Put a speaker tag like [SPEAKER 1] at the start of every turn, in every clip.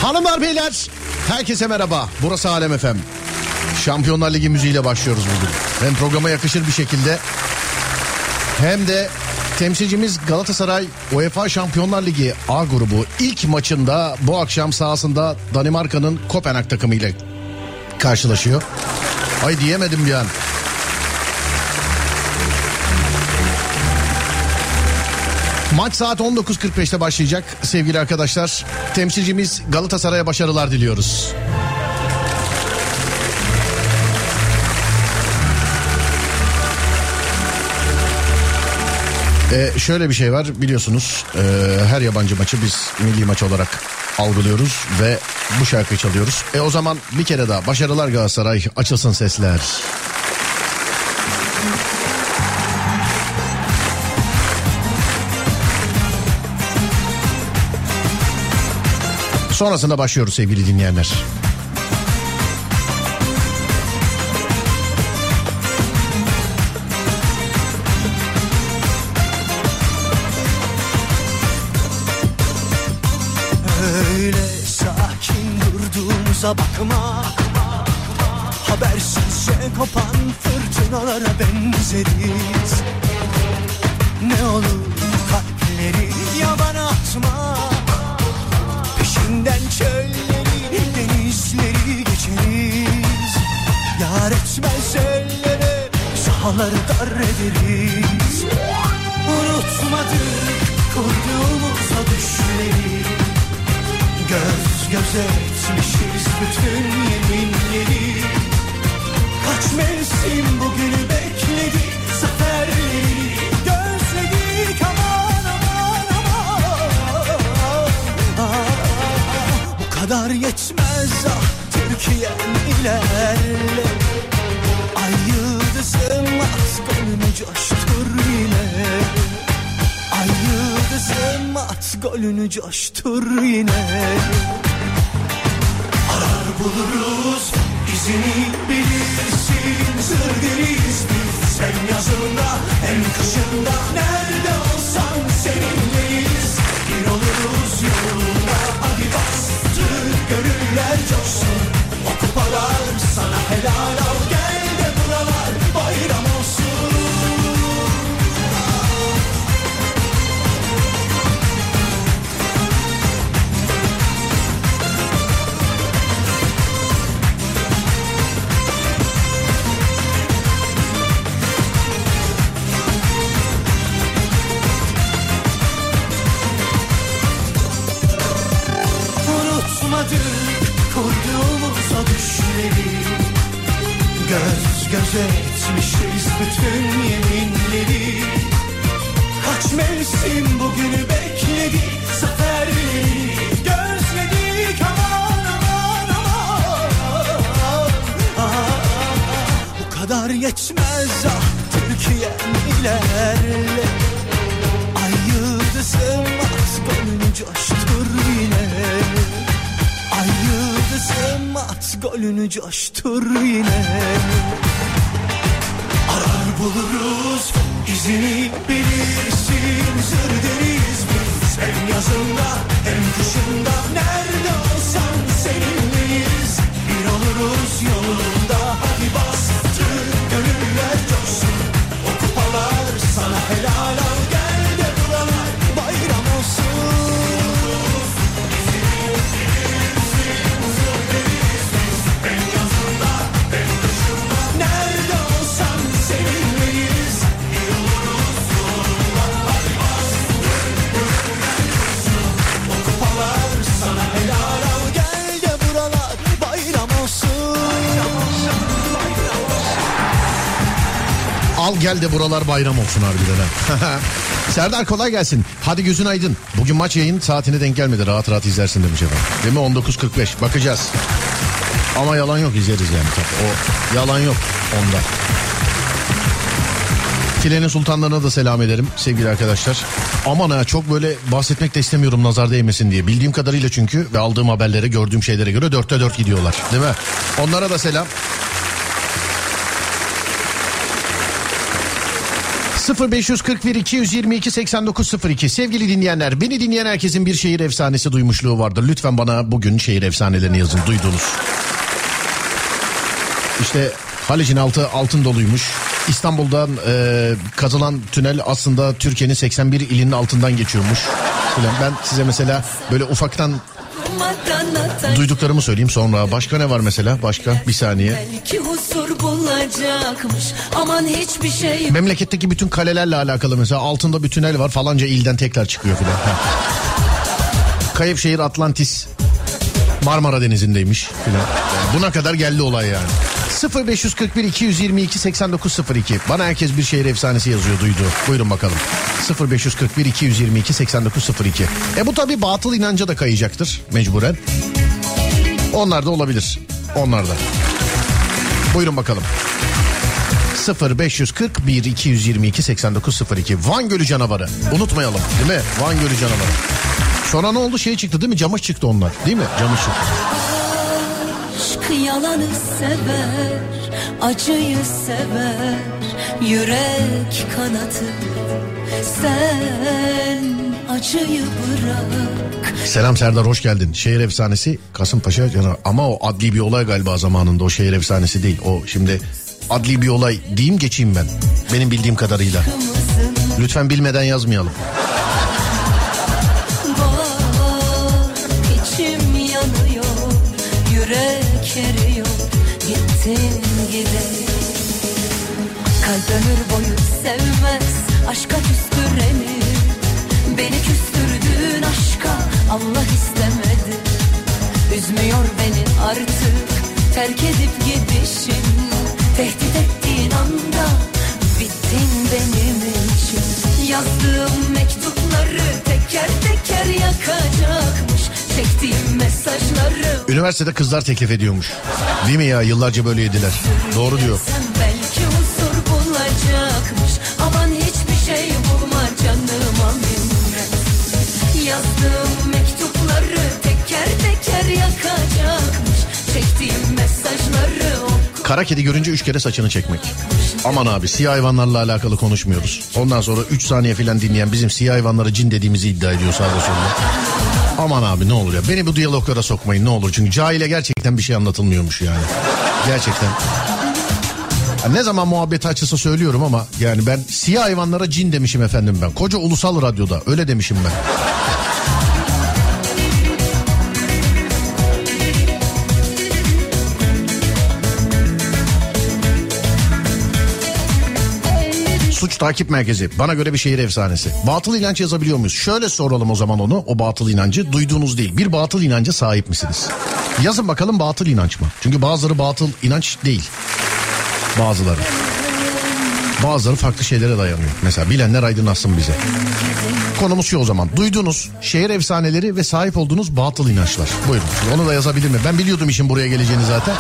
[SPEAKER 1] Hanımlar beyler herkese merhaba. Burası Alem FM. Şampiyonlar Ligi müziğiyle başlıyoruz bugün. Hem programa yakışır bir şekilde hem de temsilcimiz Galatasaray UEFA Şampiyonlar Ligi A grubu ilk maçında bu akşam sahasında Danimarka'nın Kopenhag takımıyla karşılaşıyor. Ay diyemedim bir an. Maç saat 19.45'te başlayacak sevgili arkadaşlar. Temsilcimiz Galatasaray'a başarılar diliyoruz. Şöyle bir şey var biliyorsunuz, her yabancı maçı biz milli maç olarak algılıyoruz ve bu şarkıyı çalıyoruz. O zaman bir kere daha başarılar Galatasaray, açılsın sesler. Sonrasında başlıyoruz sevgili dinleyenler.
[SPEAKER 2] Öyle sakin durduğumuza bakma, habersizce kopan fırtınalara benzeriz. Ne olur kalpleri yabana atma, peşinden çölleri denizleri geçeriz. Yar etmez ellere sahaları dar ederiz. Unutmadık kurduğumuz o düşleri, göz göze etmişiz bütün yeminleri. Kaç mevsim bugünü bekledi, zaferleri gözledik aman aman aman. Bu kadar yetmez ah Türkiye'm ilerle, ay yıldızım at golünü coştur yine. Ay yıldızım at golünü coştur yine. Arar buluruz izini bilirsin, zır deriz biz. Hem yazında hem kışında nerede olsan seninleyiz. Bir oluruz yolunda hadi bastır gönüller coşsun. O kupalar sana helal al, gel de buralar bayram olsun. Kurduğumuz o düşleri, göz göze etmişiz bütün yeminleri. Kaç mevsim bugünü bekledi, zaferleri gözledik aman aman aman. Bu kadar yetmez ah Türkiye'm ilerle, ay yıldızım at golünü coştur yine. Ay yıldızım at golünü coştur yine. Arar buluruz izini bilirsin, zır deriz biz. Hem yazında hem kışında nerede olsan seninleyiz. Bir oluruz yolunda hadi bastır gönüller coşsun. O kupalar sana helal al, gel de buralar bayram olsun.
[SPEAKER 1] Al gel de buralar bayram olsun harbiden. Serdar kolay gelsin. Hadi gözün aydın. Bugün maç yayın saatine denk gelmedi. Rahat rahat izlersin demiş efendim. Değil mi? 19.45 bakacağız. Ama yalan yok, izleriz yani. O yalan yok onda. Filenin sultanlarına da selam ederim sevgili arkadaşlar. Aman ha, çok böyle bahsetmek de istemiyorum nazar değmesin diye. Bildiğim kadarıyla çünkü ve aldığım haberlere, gördüğüm şeylere göre 4'te 4 gidiyorlar. Değil mi? Onlara da selam. 0541 222 8902. Sevgili dinleyenler, beni dinleyen herkesin bir şehir efsanesi duymuşluğu vardır. Lütfen bana bugün şehir efsanelerini yazın, duyduğunuz. İşte Halic'in altı altın doluymuş. İstanbul'dan kazılan tünel aslında Türkiye'nin 81 ilinin altından geçiyormuş. Ben size mesela böyle ufaktan duyduklarımı söyleyeyim sonra. Başka ne var mesela? Başka bir saniye. Aman hiçbir şey. Memleketteki bütün kalelerle alakalı mesela altında bir tünel var, falanca ilden tekrar çıkıyor filan. Kayıpşehir Atlantis Marmara Denizi'ndeymiş filan. Yani buna kadar geldi olay yani. 0541 222 8902. Bana herkes bir şehir efsanesi yazıyor, duydu. Buyurun bakalım. 0541 222 8902. Bu tabii batıl inanca da kayacaktır mecburen. Onlar da olabilir. Onlar da. Buyurun bakalım. 0541 222 8902. Van Gölü canavarı. Unutmayalım, değil mi? Van Gölü canavarı. Sonra ne oldu? Şey çıktı değil mi? Camış çıktı onlar. Değil mi? Camış çıktı.
[SPEAKER 3] Yalanı sever, acıyı sever, yürek kanatı. Sen acıyı bırak.
[SPEAKER 1] Selam Serdar, hoş geldin. Şehir efsanesi Kasımpaşa canavarı. Ama o adli bir olay galiba zamanında, o şehir efsanesi değil. O şimdi adli bir olay diyeyim geçeyim ben. Benim bildiğim kadarıyla. Lütfen bilmeden yazmayalım.
[SPEAKER 3] Eriyor, gittin gideri. Kalp ömür boyu sevmez, aşka küstüreni. Beni küstürdüğün aşka Allah istemedi. Üzmüyor beni artık terk edip gidişin. Tehdit ettiğin anda bittin benim için. Yazdığım mektupları teker teker yakacakmış. Çektiğim mesajları.
[SPEAKER 1] Üniversitede kızlar teklif ediyormuş. Değil mi ya? Yıllarca böyleydiler. Doğru diyor.
[SPEAKER 3] Belki huzur bulacakmış. Aman hiçbir şey bulma canıma minnet. Yazdığım mektupları teker teker yakacakmış. Çektiğim mesajları oku.
[SPEAKER 1] Kara kedi görünce 3 kere saçını çekmek. Aman abi, siyah hayvanlarla alakalı konuşmuyoruz. Ondan sonra 3 saniye falan dinleyen bizim siyah hayvanlara cin dediğimizi iddia ediyor sağda solda. Aman abi ne olur ya, beni bu diyaloglara sokmayın ne olur. Çünkü cahile gerçekten bir şey anlatılmıyormuş yani. Gerçekten. Ya ne zaman muhabbet açısı söylüyorum ama yani ben siyah hayvanlara cin demişim efendim ben. Koca ulusal radyoda öyle demişim ben. Suç takip merkezi. Bana göre bir şehir efsanesi. Batıl inanç yazabiliyor muyuz? Şöyle soralım o zaman onu. O batıl inancı duyduğunuz değil. Bir batıl inanca sahip misiniz? Yazın bakalım, batıl inanç mı? Çünkü bazıları batıl inanç değil. Bazıları. Bazıları farklı şeylere dayanıyor. Mesela bilenler aydınlatsın bize. Konumuz şu o zaman. Duyduğunuz şehir efsaneleri ve sahip olduğunuz batıl inançlar. Buyurun. Onu da yazabilir mi? Ben biliyordum işin buraya geleceğini zaten.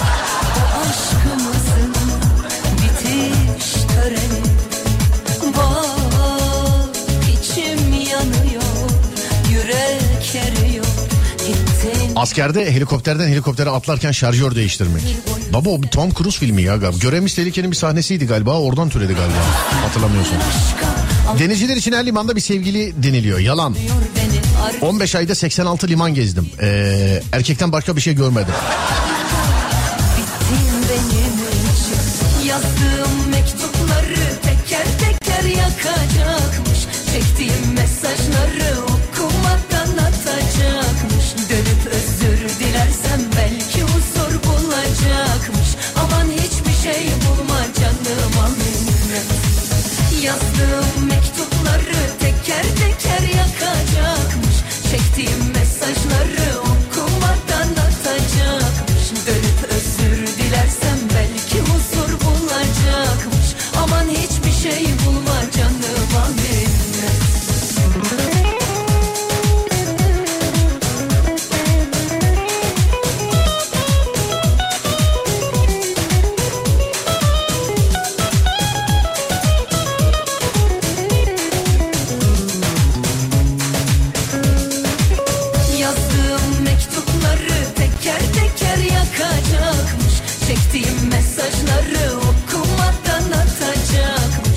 [SPEAKER 1] Askerde helikopterden helikoptere atlarken şarjör değiştirmek. Baba o bir Tom Cruise filmi ya galiba. Görevimiz Tehlike'nin bir sahnesiydi galiba. Oradan türedi galiba. Hatırlamıyorsam. Denizciler için her limanda bir sevgili deniliyor. Yalan. 15 ayda 86 liman gezdim. Erkekten başka bir şey görmedim.
[SPEAKER 3] Yazdığım mektupları teker teker yakacakmış. Çektiğim mesajları okumadan atacakmış. Dönüp özür dilersem belki huzur bulacakmış. Aman hiçbir şey bulma canıma minnet. Yazdığım mektupları teker teker yakacakmış. Çektiğim mesajları okumadan atacakmış. Dönüp özür dilersem belki huzur bulacakmış. Aman hiçbir şey bulma canıma minnet.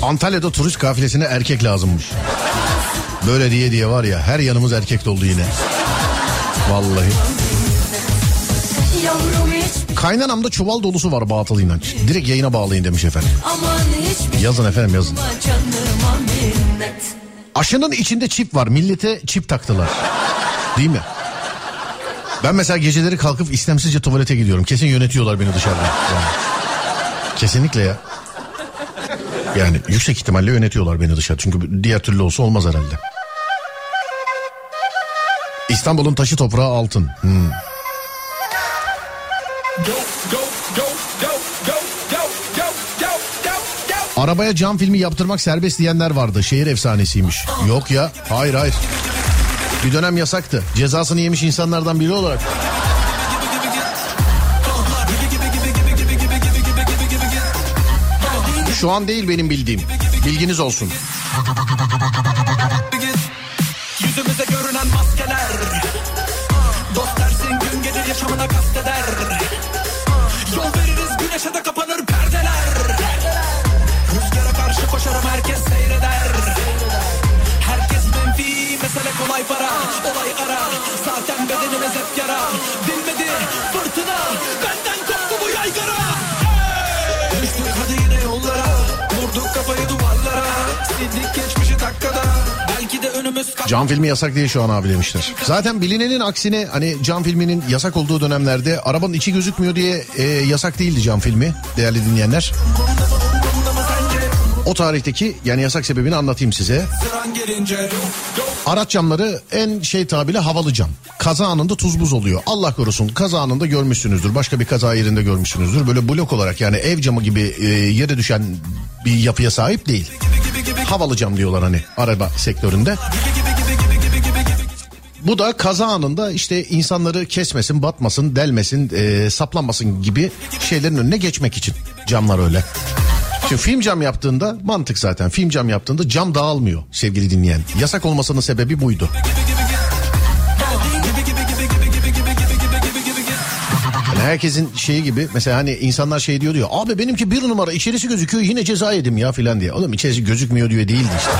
[SPEAKER 1] Antalya'da turist kafilesine erkek lazımmış. Böyle diye var ya, her yanımız erkek doldu yine. Vallahi. Kaynanamda çuval dolusu var batıl inanç. Direkt yayına bağlayın demiş efendim. Yazın efendim, yazın. Aşının içinde çip var, millete çip taktılar. Değil mi? Ben mesela geceleri kalkıp istemsizce tuvalete gidiyorum. Kesin yönetiyorlar beni dışarıda. Yani. Kesinlikle ya. Yani yüksek ihtimalle yönetiyorlar beni dışarı. Çünkü diğer türlü olsa olmaz herhalde. İstanbul'un taşı toprağı altın. Arabaya cam filmi yaptırmak serbest diyenler vardı. Şehir efsanesiymiş. Yok ya, hayır. Bir dönem yasaktı. Cezasını yemiş insanlardan biri olarak. Şu an değil benim bildiğim. Bilginiz olsun. Yüzümüze görünen maskeler. Dost dersin gün gelir yaşamına kasteder. Yol veririz güneşe de kapanır perdeler. Rüzgara karşı koşarım herkes seyreder. Herkes menfi mesele kolay para. Olay ara zaten bedenimiz hep yara. Dinmedi fırtına benden koptu bu yaygara. Düştük hadi yine yollara. Vurduk kafayı duvarlara. Sildik geçmişi dakikada. Belki de önümüz... Cam filmi yasak diye şu an abi demişler. Zaten bilinenin aksine hani cam filminin yasak olduğu dönemlerde arabanın içi gözükmüyor diye yasak değildi cam filmi değerli dinleyenler. O tarihteki yani yasak sebebini anlatayım size. Araç camları en tabirle havalı cam. Kaza anında tuz buz oluyor. Allah korusun, kaza anında görmüşsünüzdür. Başka bir kaza yerinde görmüşsünüzdür. Böyle blok olarak yani ev camı gibi yere düşen bir yapıya sahip değil. Havalı cam diyorlar hani araba sektöründe. Bu da kaza anında işte insanları kesmesin, batmasın, delmesin, saplanmasın gibi şeylerin önüne geçmek için camlar öyle. Şimdi film cam yaptığında mantık zaten. Film cam yaptığında cam dağılmıyor sevgili dinleyen. Yasak olmasının sebebi buydu. Yani herkesin şeyi gibi mesela hani insanlar şey diyor abi benimki 1 numara içerisi gözüküyor yine ceza yedim ya filan diye. Oğlum içerisi gözükmüyor diye değildi işte.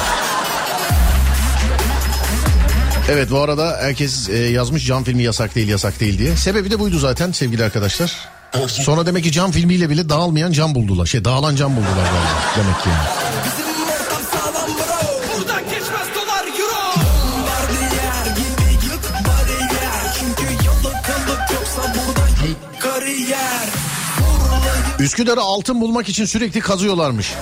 [SPEAKER 1] Evet bu arada herkes yazmış cam filmi yasak değil diye. Sebebi de buydu zaten sevgili arkadaşlar. Sonra demek ki cam filmiyle bile dağılmayan cam buldular. Dağılan cam buldular galiba demek ki yani. Bizim ortam sağlam bro. Buradan geçmez dolar euro. Bariyer gibi yık bariyer. Çünkü yalakalık yoksa burada kariyer. Üsküdar'ı altın bulmak için sürekli kazıyorlarmış.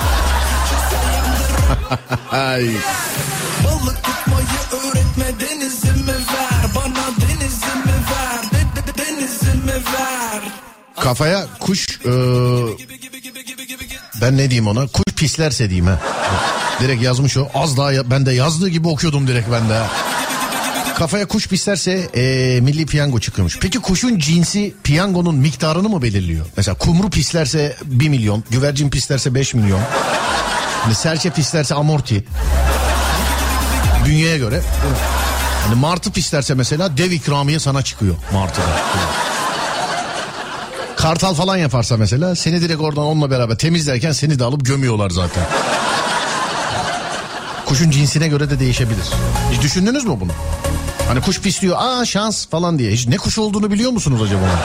[SPEAKER 1] Balık tutmayı öğretme denizimi ver. Bana denizimi ver. Denizimi ver. Kafaya kuş ben ne diyeyim ona, kuş pislerse diyeyim ha. Direkt yazmış o, az daha ben de yazdığı gibi okuyordum direkt ben de. Kafaya kuş pislerse milli piyango çıkıyormuş. Peki kuşun cinsi piyangonun miktarını mı belirliyor? Mesela kumru pislerse 1 milyon, güvercin pislerse 5 milyon. Hani serçe pislerse amorti. Bünyeye göre. Hani martı pislerse mesela dev ikramiye sana çıkıyor martıda. Kartal falan yaparsa mesela seni direkt oradan onunla beraber temizlerken seni de alıp gömüyorlar zaten. Kuşun cinsine göre de değişebilir. Hiç düşündünüz mü bunu? Hani kuş pisliyor şans falan diye. Hiç ne kuş olduğunu biliyor musunuz acaba onun?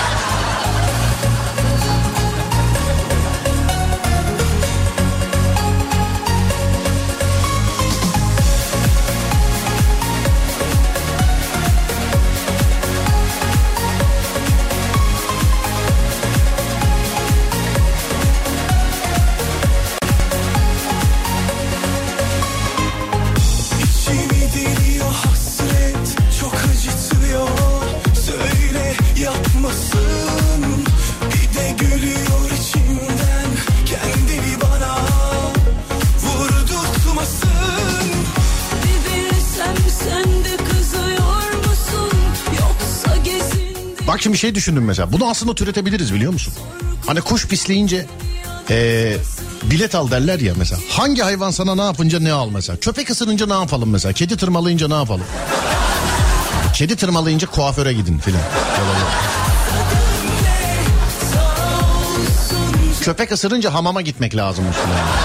[SPEAKER 1] Bak şimdi şey düşündüm mesela. Bunu aslında türetebiliriz biliyor musun? Hani kuş pisleyince bilet al derler ya mesela. Hangi hayvan sana ne yapınca ne al mesela? Köpek ısırınca ne yapalım mesela? Kedi tırmalayınca ne yapalım? Kedi tırmalayınca kuaföre gidin filan. Köpek ısırınca hamama gitmek lazımmış.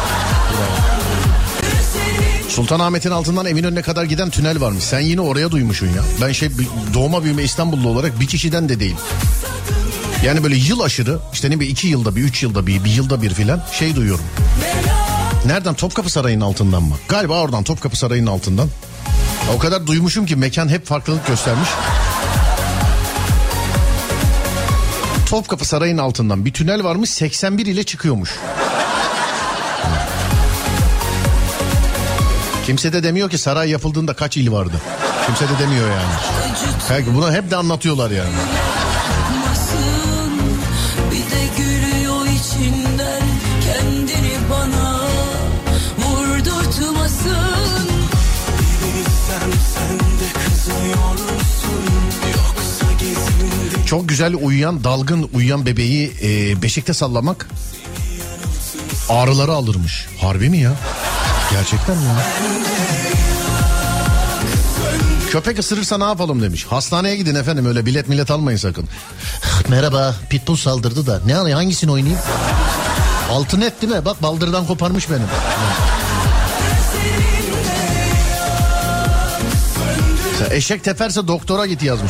[SPEAKER 1] Sultanahmet'in altından Eminönü'ne kadar giden tünel varmış. Sen yine oraya duymuşsun ya. Ben doğma büyüme İstanbullu olarak bir kişiden de değil. Yani böyle yıl aşırı işte ne bir 2 yılda bir 3 yılda bir yılda bir filan duyuyorum. Nereden? Topkapı Sarayı'nın altından mı? Galiba oradan, Topkapı Sarayı'nın altından. O kadar duymuşum ki mekan hep farklılık göstermiş. Topkapı Sarayı'nın altından bir tünel varmış, 81 ile çıkıyormuş. Kimse de demiyor ki saray yapıldığında kaç il vardı. Kimse de demiyor yani. Belki bunu hep de anlatıyorlar yani.
[SPEAKER 3] Bir de gülüyor içinden, kendini bana vurdurtmasın. Sen de kızıyorsun, yoksa gezinde.
[SPEAKER 1] Çok güzel uyuyan, dalgın uyuyan bebeği beşikte sallamak ağrıları alırmış. Harbi mi ya? Gerçekten mi ya? Köpek ısırırsa ne yapalım demiş. Hastaneye gidin efendim, öyle bilet millet almayın sakın. Merhaba, pitbull saldırdı da. Ne anlayayım, hangisini oynayayım? Altın et değil mi? Bak baldırdan koparmış benim. Sen eşek teperse doktora git yazmış.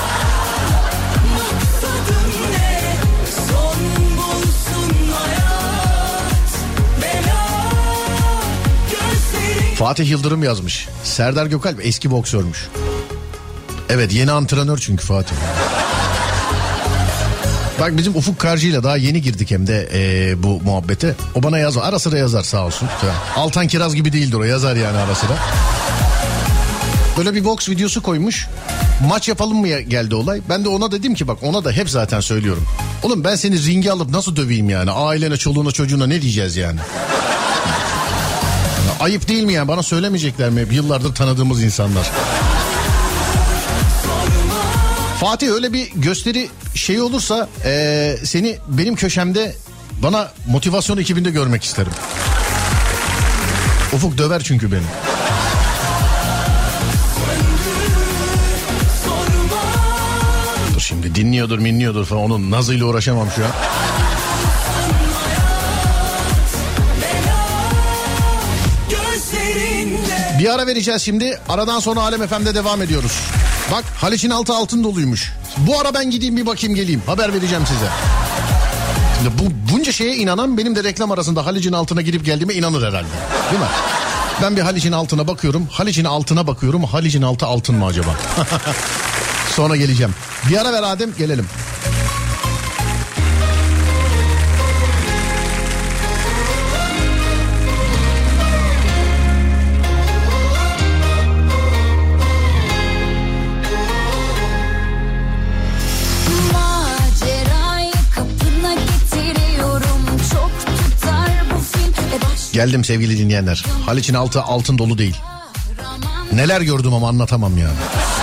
[SPEAKER 1] Fatih Yıldırım yazmış. Serdar Gökalp eski boksörmüş. Evet, yeni antrenör çünkü Fatih. Bak bizim Ufuk Karcı'yla daha yeni girdik hem de bu muhabbete. O bana yazar. Ara sıra yazar sağ olsun. Altan Kiraz gibi değildir o, yazar yani ara sıra. Böyle bir boks videosu koymuş. Maç yapalım mı geldi olay. Ben de ona dedim ki bak, ona da hep zaten söylüyorum. Oğlum ben seni ringe alıp nasıl döveyim yani? Ailene, çoluğuna, çocuğuna ne diyeceğiz yani? Ayıp değil mi yani? Bana söylemeyecekler mi? Yıllardır tanıdığımız insanlar. Fatih, öyle bir gösteri şey olursa seni benim köşemde, bana motivasyon ekibinde görmek isterim. Ufuk döver çünkü beni. Dur şimdi dinliyordur falan, onun nazıyla uğraşamam şu an. Bir ara vereceğiz şimdi. Aradan sonra Alem FM'de devam ediyoruz. Bak, Haliç'in altı altın doluymuş. Bu ara ben gideyim bir bakayım geleyim. Haber vereceğim size. Şimdi bunca şeye inanan benim de reklam arasında Haliç'in altına girip geldiğime inanır herhalde. Değil mi? Ben bir Haliç'in altına bakıyorum. Haliç'in altına bakıyorum. Haliç'in altı altın mı acaba? Sonra geleceğim. Bir ara ver Adem, gelelim. Geldim sevgili dinleyenler. Haliç'in altı altın dolu değil. Neler gördüm ama anlatamam ya.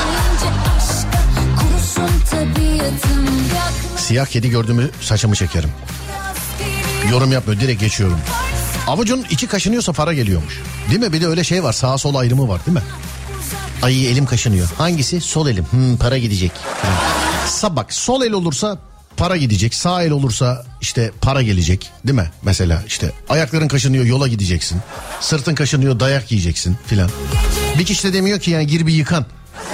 [SPEAKER 1] Siyah kedi gördüğümü saçımı çekerim. Yorum yapmıyor, direkt geçiyorum. Avucun içi kaşınıyorsa para geliyormuş. Değil mi? Bir de öyle şey var, sağ sol ayrımı var değil mi? Ay elim kaşınıyor. Hangisi? Sol elim. Para gidecek. Bak, sol el olursa para gidecek. Sağ el olursa işte para gelecek. Değil mi? Mesela işte ayakların kaşınıyor, yola gideceksin. Sırtın kaşınıyor, dayak yiyeceksin filan. Bir kişi de demiyor ki yani gir bir yıkan.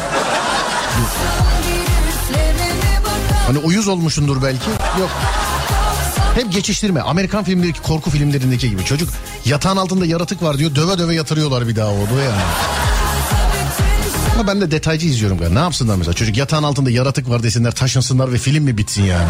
[SPEAKER 1] Hani uyuz olmuşsundur belki. Yok. Hep geçiştirme. Amerikan filmlerindeki, korku filmlerindeki gibi. Çocuk yatağın altında yaratık var diyor. Döve döve yatırıyorlar bir daha o da yani. Ama ben de detaycı izliyorum galiba. Ne yapsınlar mesela? Çocuk yatağın altında yaratık var desinler, taşınsınlar ve film mi bitsin yani?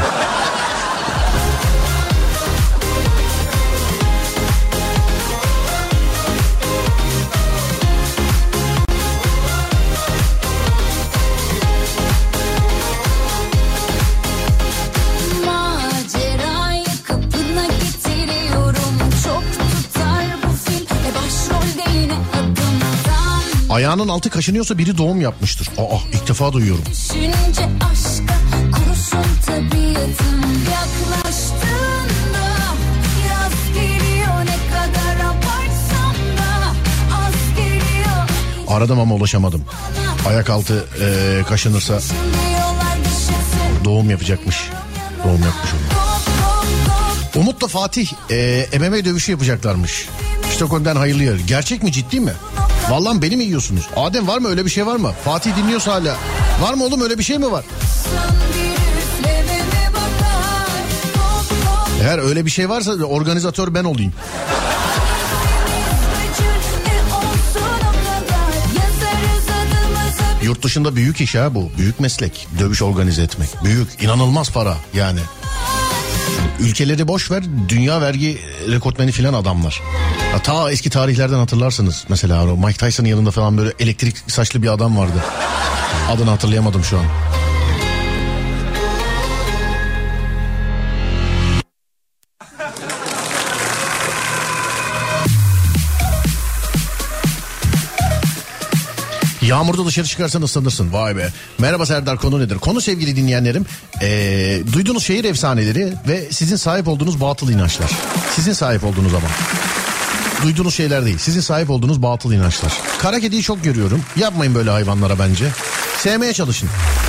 [SPEAKER 1] Ayağının altı kaşınıyorsa biri doğum yapmıştır. İlk defa duyuyorum. Düşünce aşka kurusun tabiatım, yaklaştığında yaz geliyor, ne kadar abartsam da az geliyor. Aradım ama ulaşamadım. Ayak altı kaşınırsa doğum yapacakmış. Doğum yapmış onu. Umut'la Fatih MMA dövüşü yapacaklarmış. Stockholm'dan hayırlı yer. Gerçek mi, ciddi mi? Vallahi beni mi yiyorsunuz? Adem var mı, öyle bir şey var mı? Fatih dinliyorsa hala. Var mı oğlum, öyle bir şey mi var? Eğer öyle bir şey varsa organizatör ben olayım. Yurt dışında büyük iş ha bu. Büyük meslek. Dövüş organize etmek. Büyük. İnanılmaz para yani. Ülkeleri boş ver, dünya vergi rekortmeni filan adamlar. Ya, ta eski tarihlerden hatırlarsınız. Mesela o Mike Tyson'ın yanında falan böyle elektrik saçlı bir adam vardı. Adını hatırlayamadım şu an. Yağmurda dışarı çıkarsan ıslanırsın. Vay be. Merhaba Serdar, konu nedir? Konu sevgili dinleyenlerim. Duyduğunuz şehir efsaneleri ve sizin sahip olduğunuz batıl inançlar. Sizin sahip olduğunuz ama. Duyduğunuz şeyler değil. Sizin sahip olduğunuz batıl inançlar. Kara kediyi çok görüyorum. Yapmayın böyle hayvanlara bence. Sevmeye çalışın.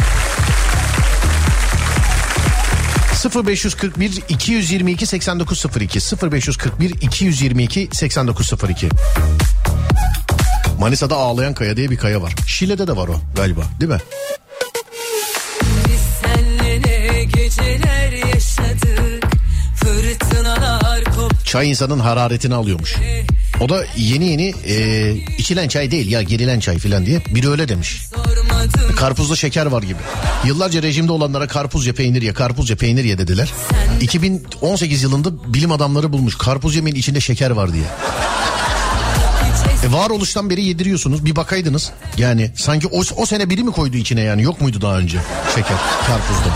[SPEAKER 1] 0541 222 8902 0541 222 8902. Manisa'da Ağlayan Kaya diye bir kaya var. Şile'de de var o galiba, değil mi?
[SPEAKER 3] Biz senle ne geceler yaşadık, fırtınalar koptu.
[SPEAKER 1] Çay insanın hararetini alıyormuş. O da yeni içilen çay değil ya, gerilen çay filan diye. Biri öyle demiş. Karpuzda şeker var gibi. Yıllarca rejimde olanlara karpuzca peynir ye, karpuzca peynir ye dediler. 2018 yılında bilim adamları bulmuş karpuz yemeğin içinde şeker var diye. Varoluştan beri yediriyorsunuz, bir bakaydınız. Yani sanki o sene biri mi koydu içine, yani yok muydu daha önce şeker karpuzda?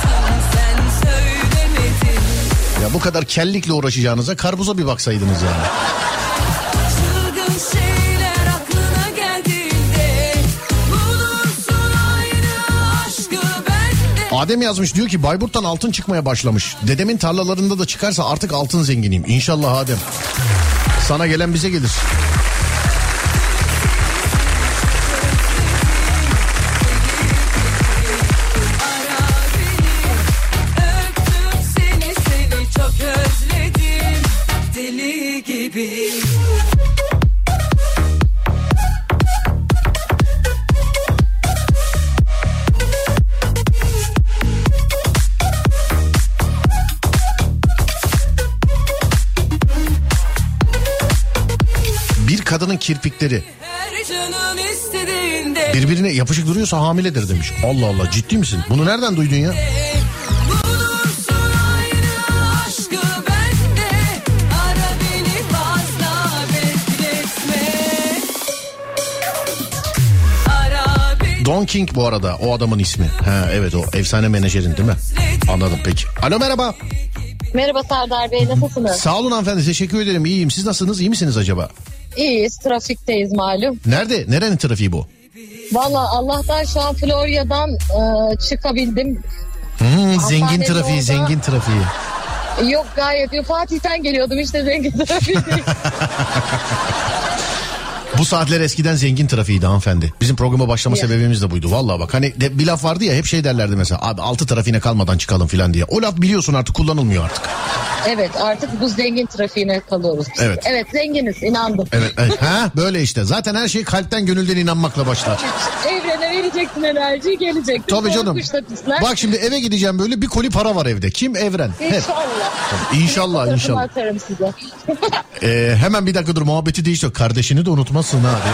[SPEAKER 1] Ya bu kadar kellikle uğraşacağınıza karpuza bir baksaydınız yani. Adem yazmış, diyor ki Bayburt'tan altın çıkmaya başlamış. Dedemin tarlalarında da çıkarsa artık altın zenginiyim. İnşallah Adem. Sana gelen bize gelir. Bir kadının kirpikleri birbirine yapışık duruyorsa hamiledir demiş. Allah Allah, ciddi misin? Bunu nereden duydun ya? Don King bu arada o adamın ismi. Ha evet, o efsane menajerin değil mi? Anladım peki. Alo, merhaba.
[SPEAKER 4] Merhaba Serdar Bey, nasılsınız?
[SPEAKER 1] Sağ olun hanımefendi, teşekkür ederim, iyiyim. Siz nasılsınız, iyi misiniz acaba?
[SPEAKER 4] İyiyiz, trafikteyiz malum.
[SPEAKER 1] Nerede? Nerenin trafiği bu?
[SPEAKER 4] Valla Allah'tan şu an Florya'dan çıkabildim.
[SPEAKER 1] Zengin trafiği,
[SPEAKER 4] orada...
[SPEAKER 1] zengin trafiği.
[SPEAKER 4] Yok gayet iyi. Fatih'ten geliyordum işte, zengin trafiği.
[SPEAKER 1] Bu saatler eskiden zengin trafiğiydi hanımefendi. Bizim programa başlama sebebimiz de buydu. Vallahi bak, hani bir laf vardı ya, hep şey derlerdi mesela. Abi 6 trafiğine kalmadan çıkalım falan diye. O laf biliyorsun artık kullanılmıyor artık.
[SPEAKER 4] Evet, artık bu zengin trafiğine kalıyoruz.
[SPEAKER 1] Evet.
[SPEAKER 4] Evet, zenginiz, inandım.
[SPEAKER 1] Evet, evet. Ha böyle işte. Zaten her şey kalpten gönülden inanmakla başlar.
[SPEAKER 4] Evrene vereceksin enerjiyi, geleceksin.
[SPEAKER 1] Tabii canım. Bak şimdi eve gideceğim, böyle bir koli para var evde. Kim? Evren.
[SPEAKER 4] İnşallah.
[SPEAKER 1] İnşallah, inşallah.
[SPEAKER 4] Atarım size.
[SPEAKER 1] Hemen bir dakika dur, muhabbeti değiştir. Kardeşini de unutmazsın abi.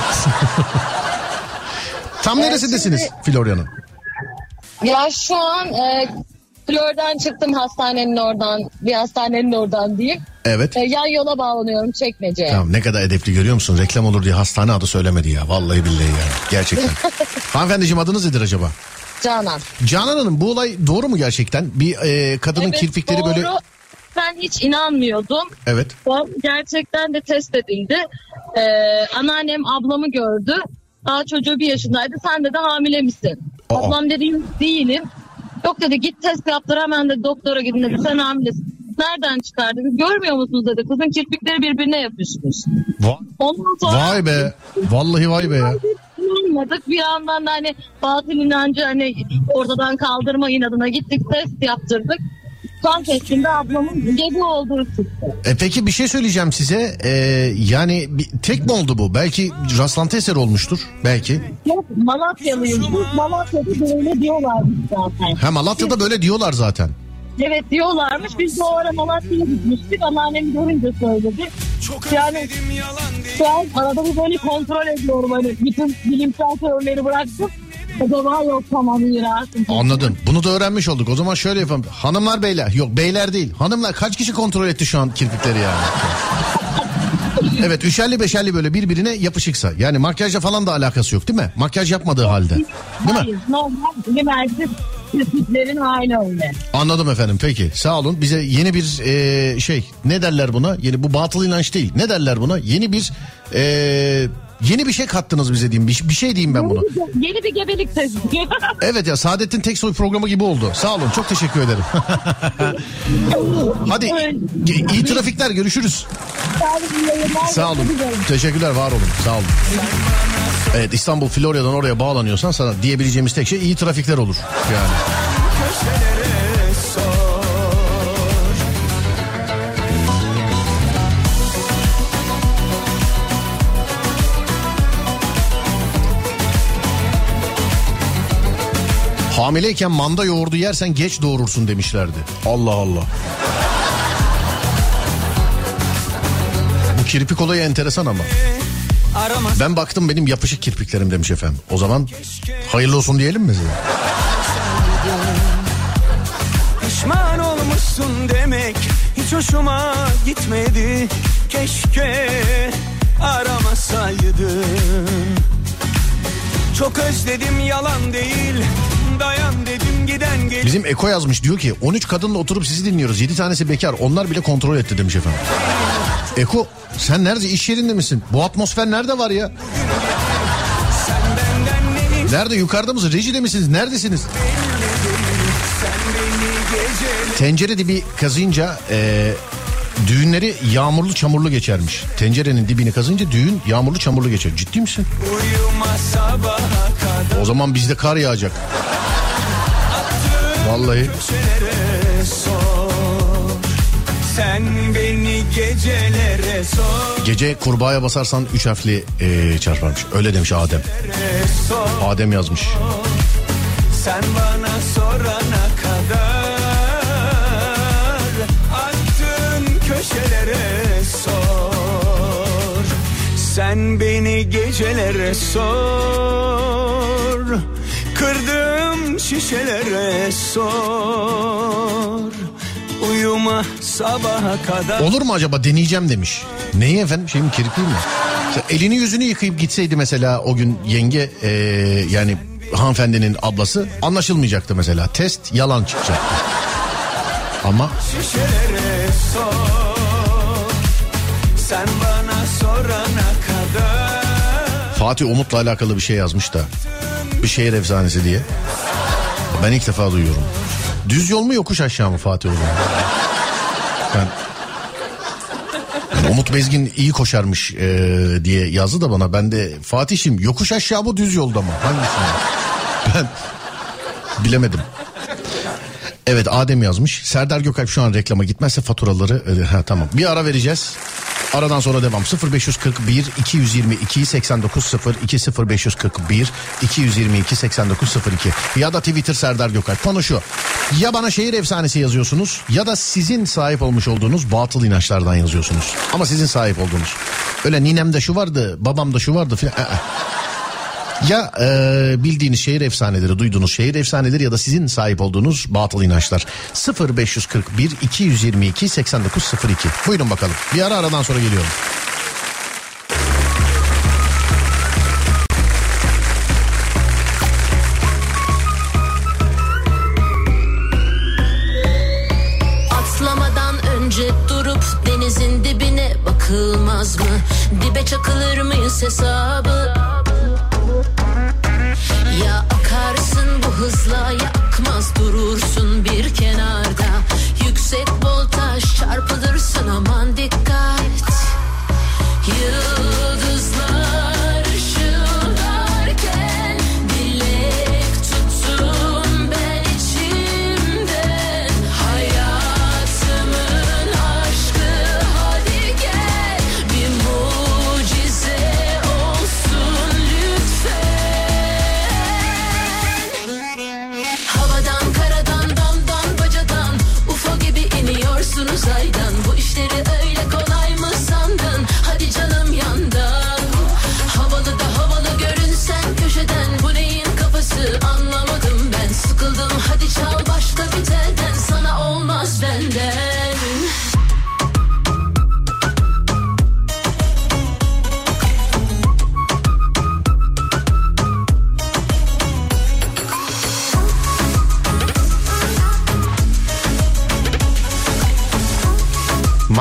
[SPEAKER 1] Tam neresindesiniz
[SPEAKER 4] şimdi,
[SPEAKER 1] Florya'nın?
[SPEAKER 4] Ya şu an Flor'dan çıktım, hastanenin oradan, bir hastanenin oradan diyeyim.
[SPEAKER 1] Evet.
[SPEAKER 4] Yan yola bağlanıyorum, Çekmece'ye.
[SPEAKER 1] Tamam, ne kadar edepli görüyor musun? Reklam olur diye hastane adı söylemedi ya. Vallahi billahi yani. Gerçekten. Hanımefendiciğim, adınız nedir acaba?
[SPEAKER 4] Canan.
[SPEAKER 1] Canan Hanım, bu olay doğru mu gerçekten? Bir kadının kirpikleri
[SPEAKER 4] doğru.
[SPEAKER 1] böyle...
[SPEAKER 4] Ben hiç inanmıyordum.
[SPEAKER 1] Evet.
[SPEAKER 4] Gerçekten de test edildi. Anneannem ablamı gördü. Daha çocuğu 1 yaşındaydı. Sen de hamile misin?
[SPEAKER 1] Aa.
[SPEAKER 4] Ablam dedim değilim. Yok dedi, git test yaptır hemen de doktora gidin dedi. Sen hamilesin. Nereden çıkardınız? Görmüyor musunuz dedi. Kızın kirpikleri birbirine yapışmış. Ondan sonra...
[SPEAKER 1] Vay be. Vallahi vay be ya.
[SPEAKER 4] İnanmadık. Bir yandan da hani batıl inancı hani ortadan kaldırma inadına gittik, test yaptırdık. Son testinde ablamın gebe olduğu çıktı.
[SPEAKER 1] Peki bir şey söyleyeceğim size. Yani tek mi oldu bu? Belki rastlantı eseri olmuştur. Belki.
[SPEAKER 4] Yok, Malatyalıyız. Malatya'da böyle diyorlarmış zaten.
[SPEAKER 1] Ha, Malatya'da böyle diyorlar zaten.
[SPEAKER 4] Evet diyorlarmış. Biz de o ara Malatya'ya gitmiştik. Anneannem görünce söyledi. Yani şu an arada bir böyle kontrol ediyorum. Hani bütün bilimsel teorileri bıraktım. Acaba yok tamam miras.
[SPEAKER 1] Anladım. Bunu da öğrenmiş olduk. O zaman şöyle yapalım. Hanımlar beyler. Yok beyler değil. Hanımlar kaç kişi kontrol etti şu an kirpikleri yani? Evet, üçerli beşerli böyle birbirine yapışıksa. Yani makyajla falan da alakası yok değil mi? Makyaj yapmadığı halde. Değil
[SPEAKER 4] Hayır,
[SPEAKER 1] mi?
[SPEAKER 4] normal bilimsel kirpiklerin hali öyle.
[SPEAKER 1] Anladım efendim, peki. Sağ olun. Bize yeni bir ne derler buna? Yeni, bu batıl inanç değil. Ne derler buna? Yeni bir şey kattınız bize diyeyim. Bir şey diyeyim ben buna.
[SPEAKER 4] Yeni bir gebelik sesi.
[SPEAKER 1] Evet ya, Saadettin Teksoy programı gibi oldu. Sağ olun, çok teşekkür ederim. Hadi iyi trafikler, görüşürüz. Sağ olun. Teşekkürler, var olun. Sağ olun. Evet, İstanbul Florya'dan oraya bağlanıyorsan sana diyebileceğimiz tek şey iyi trafikler olur. Yani. Hamileyken manda yoğurdu yersen geç doğurursun demişlerdi. Allah Allah. Bu kirpik olayı enteresan ama. Ben baktım, benim yapışık kirpiklerim demiş efendim. O zaman hayırlı olsun diyelim mi size?
[SPEAKER 2] Pişman olmuşsun demek hiç hoşuma gitmedi. Keşke aramasaydın. Çok özledim, yalan değil. Dayan dedim, giden gel.
[SPEAKER 1] Bizim Eko yazmış, diyor ki 13 kadınla oturup sizi dinliyoruz. 7 tanesi bekar. Onlar bile kontrol etti demiş efendim. Eko, sen nerede? İş yerinde misin? Bu atmosfer nerede var ya? Nerede? Yukarıda mısınız? Rejide misiniz? Neredesiniz? Tencere dibi kazıyınca düğünleri yağmurlu çamurlu geçermiş. Tencerenin dibini kazınca düğün yağmurlu çamurlu geçer. Ciddi misin? O zaman bizde kar yağacak. Vallahi.
[SPEAKER 2] Sen beni gecelere sor.
[SPEAKER 1] Gece kurbağaya basarsan 3 harfli çarparmış. Öyle demiş Adem. Adem yazmış.
[SPEAKER 2] Sen bana sorana kadar attın köşelere sor. Sen beni gecelere sor. Kırdım şişelere sor. Uyuma sabaha kadar.
[SPEAKER 1] Olur mu acaba, deneyeceğim demiş. Neyi efendim, şeyim kirpiği mi? Elini yüzünü yıkayıp gitseydi mesela o gün yenge yani hanımefendinin ablası, anlaşılmayacaktı mesela. Test yalan çıkacaktı. Ama
[SPEAKER 2] sor, sen bana sorana kadar.
[SPEAKER 1] Fatih Umut'la alakalı bir şey yazmış da, bir şehir efsanesi diye. Ben ilk defa duyuyorum. Düz yol mu yokuş aşağı mı Fatih o zaman? Yani Umut Bezgin iyi koşarmış diye yazdı da bana. Ben de Fatih'im yokuş aşağı mı düz yolda mı? Hangisini? Ben bilemedim. Evet, Adem yazmış. Serdar Gökalp şu an reklama gitmezse faturaları tamam. Bir ara vereceğiz. Aradan sonra devam. 0541 222 8902 0541 222 8902 ya da Twitter Serdar Gökalp. Konu şu: ya bana şehir efsanesi yazıyorsunuz ya da sizin sahip olmuş olduğunuz batıl inançlardan yazıyorsunuz. Ama sizin sahip olduğunuz. Öyle ninemde şu vardı, babamda şu vardı filan. Ya bildiğiniz şehir efsaneleri, duyduğunuz şehir efsaneleri ya da sizin sahip olduğunuz batıl inançlar. 0541 222 8902. Buyurun bakalım. Bir aradan sonra geliyorum.
[SPEAKER 5] Atlamadan önce durup denizin dibine bakılmaz mı? Dibe çakılır mıyız hesabı? Ya akarsın bu hızla, yakmaz durursun bir kenarda. Yüksek voltaj çarpılırsın, aman dikkat. Yıldızlar ışıldarken dilek tuttum ben içimden. Hayal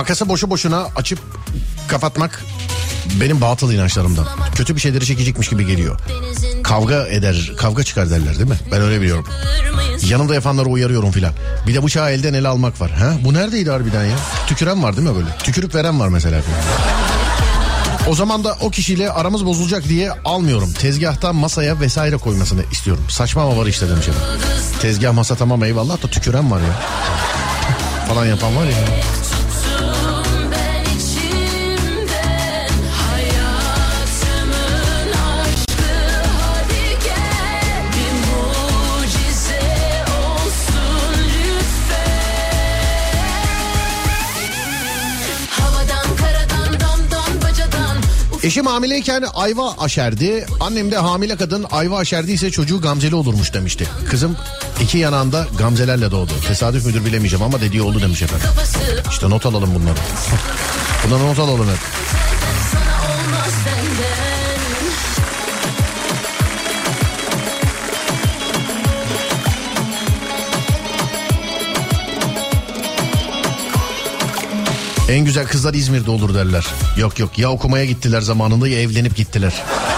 [SPEAKER 1] Makası boşu boşuna açıp kapatmak benim batıl inançlarımdan. Kötü bir şeyleri çekecekmiş gibi geliyor. Kavga çıkar derler değil mi? Ben öyle biliyorum. Yanımda yapanları uyarıyorum filan. Bir de bıçağı elden ele almak var. Ha? Bu neredeydi harbiden ya? Tüküren var değil mi böyle? Tükürüp veren var mesela. O zaman da o kişiyle aramız bozulacak diye almıyorum. Tezgahtan masaya vesaire koymasını istiyorum. Saçma ama var işte demiş adam. Tezgah masa tamam eyvallah da tüküren var ya. Falan yapan var ya. Eşim hamileyken ayva aşerdi. Annem de hamile kadın ayva aşerdiyse çocuğu gamzeli olurmuş demişti. Kızım 2 yanağında gamzelerle doğdu. Tesadüf müdür bilemeyeceğim ama dediği oldu demiş efendim. İşte not alalım bunları. Bunları not alalım hep. En güzel kızlar İzmir'de olur derler. Yok ya okumaya gittiler zamanında ya evlenip gittiler.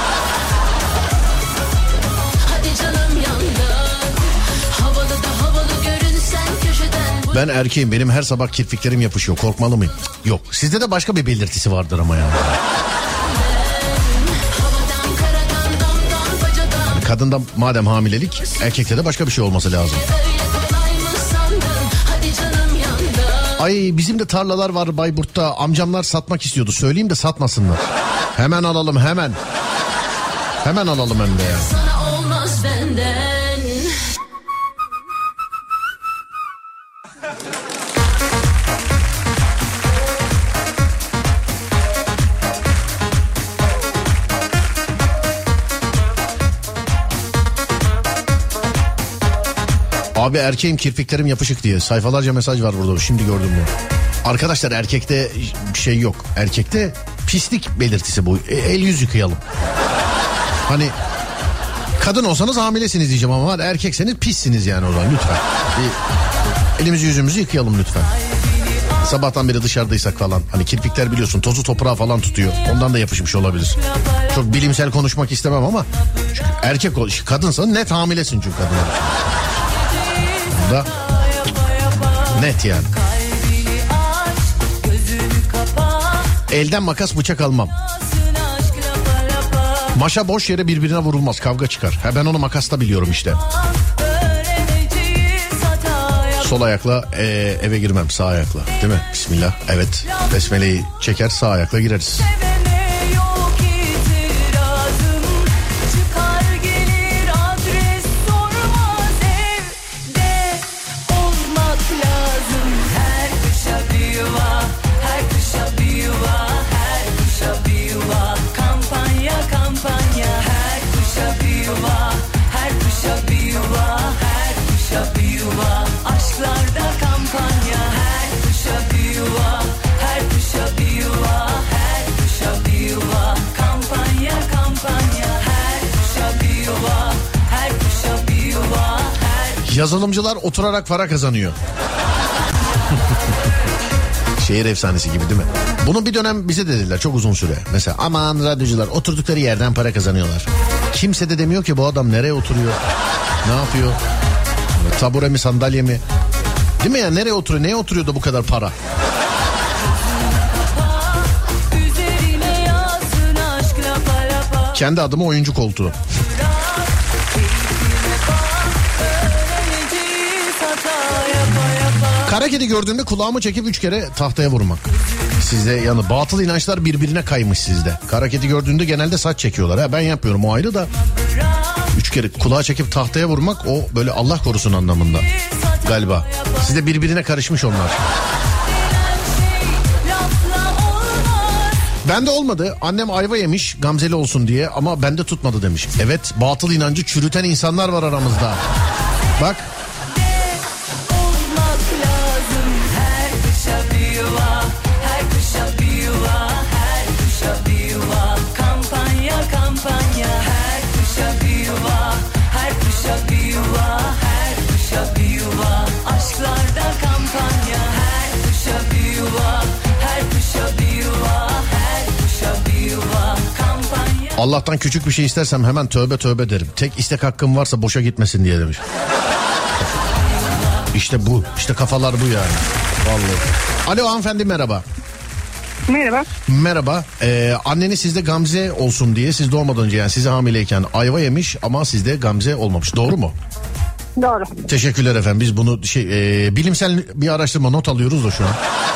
[SPEAKER 1] Ben erkeğim, benim her sabah kirpiklerim yapışıyor, korkmalı mıyım? Yok, sizde de başka bir belirtisi vardır ama yani. Kadında madem hamilelik, erkekte de başka bir şey olması lazım. Ay bizim de tarlalar var Bayburt'ta, amcamlar satmak istiyordu, söyleyeyim de satmasınlar. Hemen alalım hemen. Hemen alalım hem de ya. Sana olmaz benden. Abi erkeğim kirpiklerim yapışık diye sayfalarca mesaj var burada, şimdi gördüm bunu. Arkadaşlar erkekte bir şey yok. Erkekte pislik belirtisi bu. El yüz yıkayalım. Hani kadın olsanız hamilesiniz diyeceğim ama erkekseniz pissiniz yani o zaman lütfen. Elimizi yüzümüzü yıkayalım lütfen. Sabahtan beri dışarıdaysak falan. Hani kirpikler biliyorsun tozu toprağı falan tutuyor. Ondan da yapışmış olabilir. Çok bilimsel konuşmak istemem ama erkek kadınsa net hamilesin çünkü kadın. Da net yani. Elden makas bıçak almam. Maşa boş yere birbirine vurulmaz, kavga çıkar. Ben onu makasla biliyorum işte. Sol ayakla eve girmem, sağ ayakla, değil mi? Bismillah. Evet, besmeleyi çeker, sağ ayakla gireriz. Yazılımcılar oturarak para kazanıyor. Şehir efsanesi gibi değil mi? Bunu bir dönem bize dediler çok uzun süre. Mesela aman radyocular oturdukları yerden para kazanıyorlar. Kimse de demiyor ki bu adam nereye oturuyor? Ne yapıyor? Tabure mi, sandalye mi? Değil mi ya, nereye oturuyor? Neye oturuyor da bu kadar para? Kendi adıma oyuncu koltuğu. Kara kedi gördüğümde kulağımı çekip 3 kere tahtaya vurmak. Sizde yani batıl inançlar birbirine kaymış sizde. Kara kedi gördüğünde genelde saç çekiyorlar. Ha, ben yapıyorum o ayrı da. 3 kere kulağa çekip tahtaya vurmak o böyle Allah korusun anlamında. Galiba. Sizde birbirine karışmış onlar. Bende olmadı. Annem ayva yemiş gamzeli olsun diye ama bende tutmadı demiş. Evet, batıl inancı çürüten insanlar var aramızda. Bak. Allah'tan küçük bir şey istersem hemen tövbe tövbe derim. Tek istek hakkım varsa boşa gitmesin diye demiş. İşte bu. İşte kafalar bu yani. Vallahi. Alo hanımefendi merhaba.
[SPEAKER 6] Merhaba.
[SPEAKER 1] Merhaba. Anneniz sizde Gamze olsun diye siz doğmadan önce yani size hamileyken ayva yemiş ama sizde Gamze olmamış. Doğru mu?
[SPEAKER 6] Doğru.
[SPEAKER 1] Teşekkürler efendim. Biz bunu bilimsel bir araştırma not alıyoruz da şu an.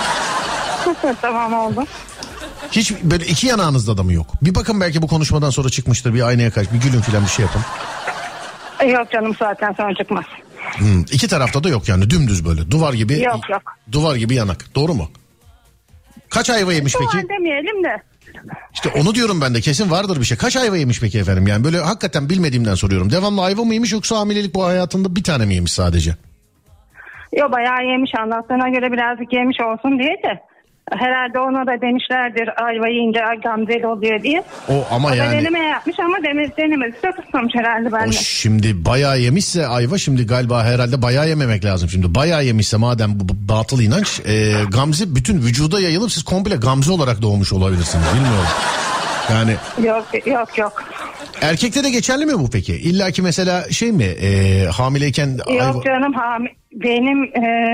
[SPEAKER 6] Tamam oldu.
[SPEAKER 1] Hiç böyle iki yanağınızda da mı yok? Bir bakın belki bu konuşmadan sonra çıkmıştır. Bir aynaya karşı bir gülün filan bir şey yapın.
[SPEAKER 6] Yok canım zaten sonra çıkmaz.
[SPEAKER 1] İki tarafta da yok yani dümdüz böyle duvar gibi.
[SPEAKER 6] Yok.
[SPEAKER 1] Duvar gibi yanak. Doğru mu? Kaç ayva yemiş peki?
[SPEAKER 6] Duvar demeyelim de.
[SPEAKER 1] İşte onu diyorum ben de kesin vardır bir şey. Kaç ayva yemiş peki efendim? Yani böyle hakikaten bilmediğimden soruyorum. Devamlı ayva mı yemiş yoksa hamilelik bu hayatında bir tane mi yemiş sadece?
[SPEAKER 6] Yok bayağı yemiş, anlattığına göre birazcık yemiş olsun diye de. Herhalde ona da demişlerdir ayva yiyince Gamzeli oluyor diye.
[SPEAKER 1] Ama
[SPEAKER 6] o
[SPEAKER 1] yani.
[SPEAKER 6] O da deneme yapmış ama denemesi de tutmamış herhalde bende.
[SPEAKER 1] Şimdi bayağı yemişse ayva şimdi galiba herhalde bayağı yememek lazım şimdi. Bayağı yemişse madem bu batıl inanç Gamze bütün vücuda yayılıp siz komple Gamze olarak doğmuş olabilirsiniz bilmiyorum. Yani.
[SPEAKER 6] Yok.
[SPEAKER 1] Erkekte de geçerli mi bu peki? İlla ki mesela şey mi hamileyken
[SPEAKER 6] Yok
[SPEAKER 1] ayva...
[SPEAKER 6] canım benim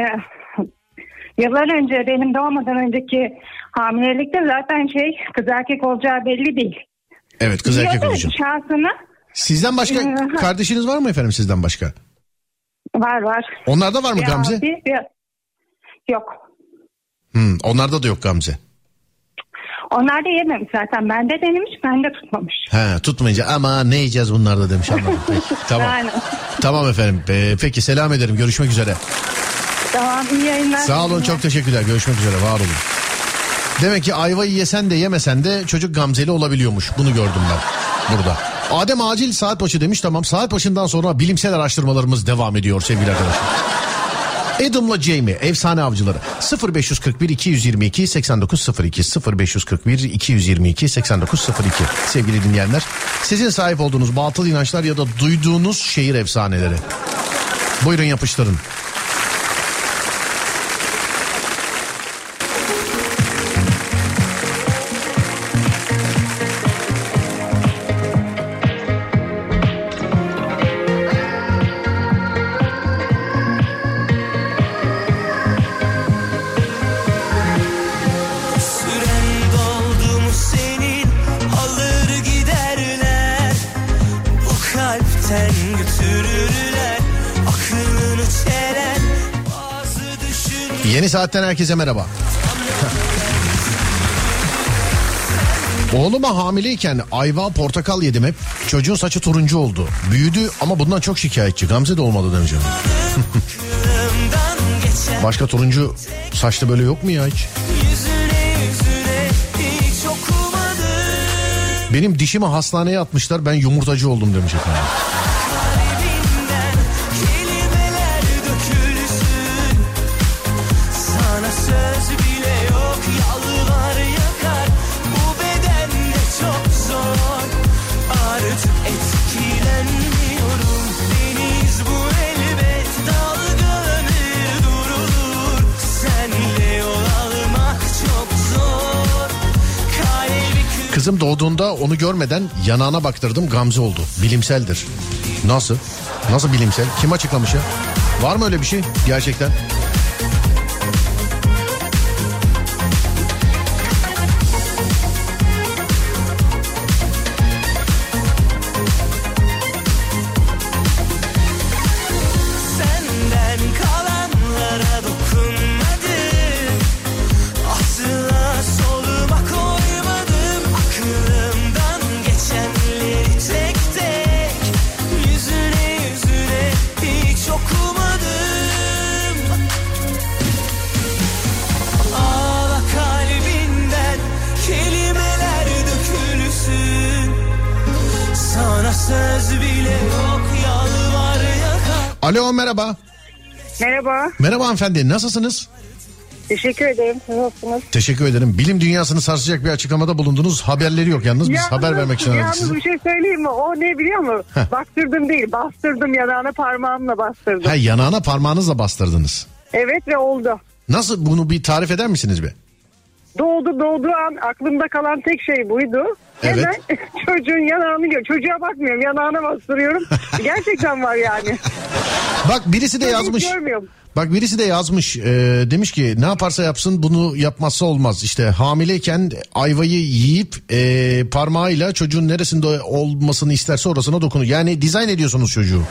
[SPEAKER 6] yıllar önce benim doğmadan önceki hamilelikte zaten kız erkek olacağı belli değil.
[SPEAKER 1] Evet kız erkek olacak.
[SPEAKER 6] Şansını.
[SPEAKER 1] Sizden başka kardeşiniz var mı efendim sizden başka?
[SPEAKER 6] Var.
[SPEAKER 1] Onlarda var mı Gamze?
[SPEAKER 6] Yok.
[SPEAKER 1] Onlarda da yok Gamze.
[SPEAKER 6] Onlar da yememiş zaten. Bende denemiş, bende tutmamış.
[SPEAKER 1] Tutmayınca ama ne yiyeceğiz bunlarda demiş anladım. Peki, tamam.
[SPEAKER 6] Aynen.
[SPEAKER 1] Tamam efendim. Peki selam ederim. Görüşmek üzere.
[SPEAKER 6] Tamam iyi yayınlar.
[SPEAKER 1] Sağ olun çok teşekkürler. Görüşmek üzere var olun. Demek ki ayvayı yesen de yemesen de çocuk Gamzeli olabiliyormuş. Bunu gördüm ben burada. Adem acil saat başı demiş, tamam saat başından sonra bilimsel araştırmalarımız devam ediyor sevgili arkadaşlar. Adam'la Jamie efsane avcıları 0541 222 8902 0541 222 8902 sevgili dinleyenler, sizin sahip olduğunuz batıl inançlar ya da duyduğunuz şehir efsaneleri, buyurun yapıştırın. Yeni saatten herkese merhaba. Oğluma hamileyken ayva portakal yedim hep. Çocuğun saçı turuncu oldu. Büyüdü ama bundan çok şikayetçi. Gamze de olmadı demiş. Başka turuncu saçlı böyle yok mu ya hiç? Benim dişimi hastaneye atmışlar, ben yumurtacı oldum demiş efendim. Kızım doğduğunda onu görmeden yanağına baktırdım, Gamze oldu. Bilimseldir. Nasıl? Nasıl bilimsel? Kim açıklamış ya? Var mı öyle bir şey gerçekten? Alo merhaba.
[SPEAKER 6] Merhaba.
[SPEAKER 1] Merhaba hanımefendi, nasılsınız?
[SPEAKER 6] Teşekkür ederim. Nasılsınız?
[SPEAKER 1] Teşekkür ederim. Bilim dünyasını sarsacak bir açıklamada bulundunuz. Haberleri yok yalnız. Biz haber vermek için aradık sizi.
[SPEAKER 6] Yalnız bir şey söyleyeyim mi? O ne biliyor musun? Bastırdım değil. Bastırdım, yanağına parmağımla bastırdım.
[SPEAKER 1] Yanağına parmağınızla bastırdınız.
[SPEAKER 6] Evet ve oldu.
[SPEAKER 1] Nasıl, bunu bir tarif eder misiniz be?
[SPEAKER 6] Doğduğu an aklımda kalan tek şey buydu.
[SPEAKER 1] Evet.
[SPEAKER 6] Hemen çocuğun yanağını gör. Çocuğa bakmıyorum, yanağına bastırıyorum. Gerçekten var yani.
[SPEAKER 1] Bak birisi de yazmış. Bak birisi de yazmış, demiş ki ne yaparsa yapsın bunu yapmazsa olmaz. İşte hamileyken ayvayı yiyip parmağıyla çocuğun neresinde olmasını isterse orasına dokunur. Yani dizayn ediyorsunuz çocuğu.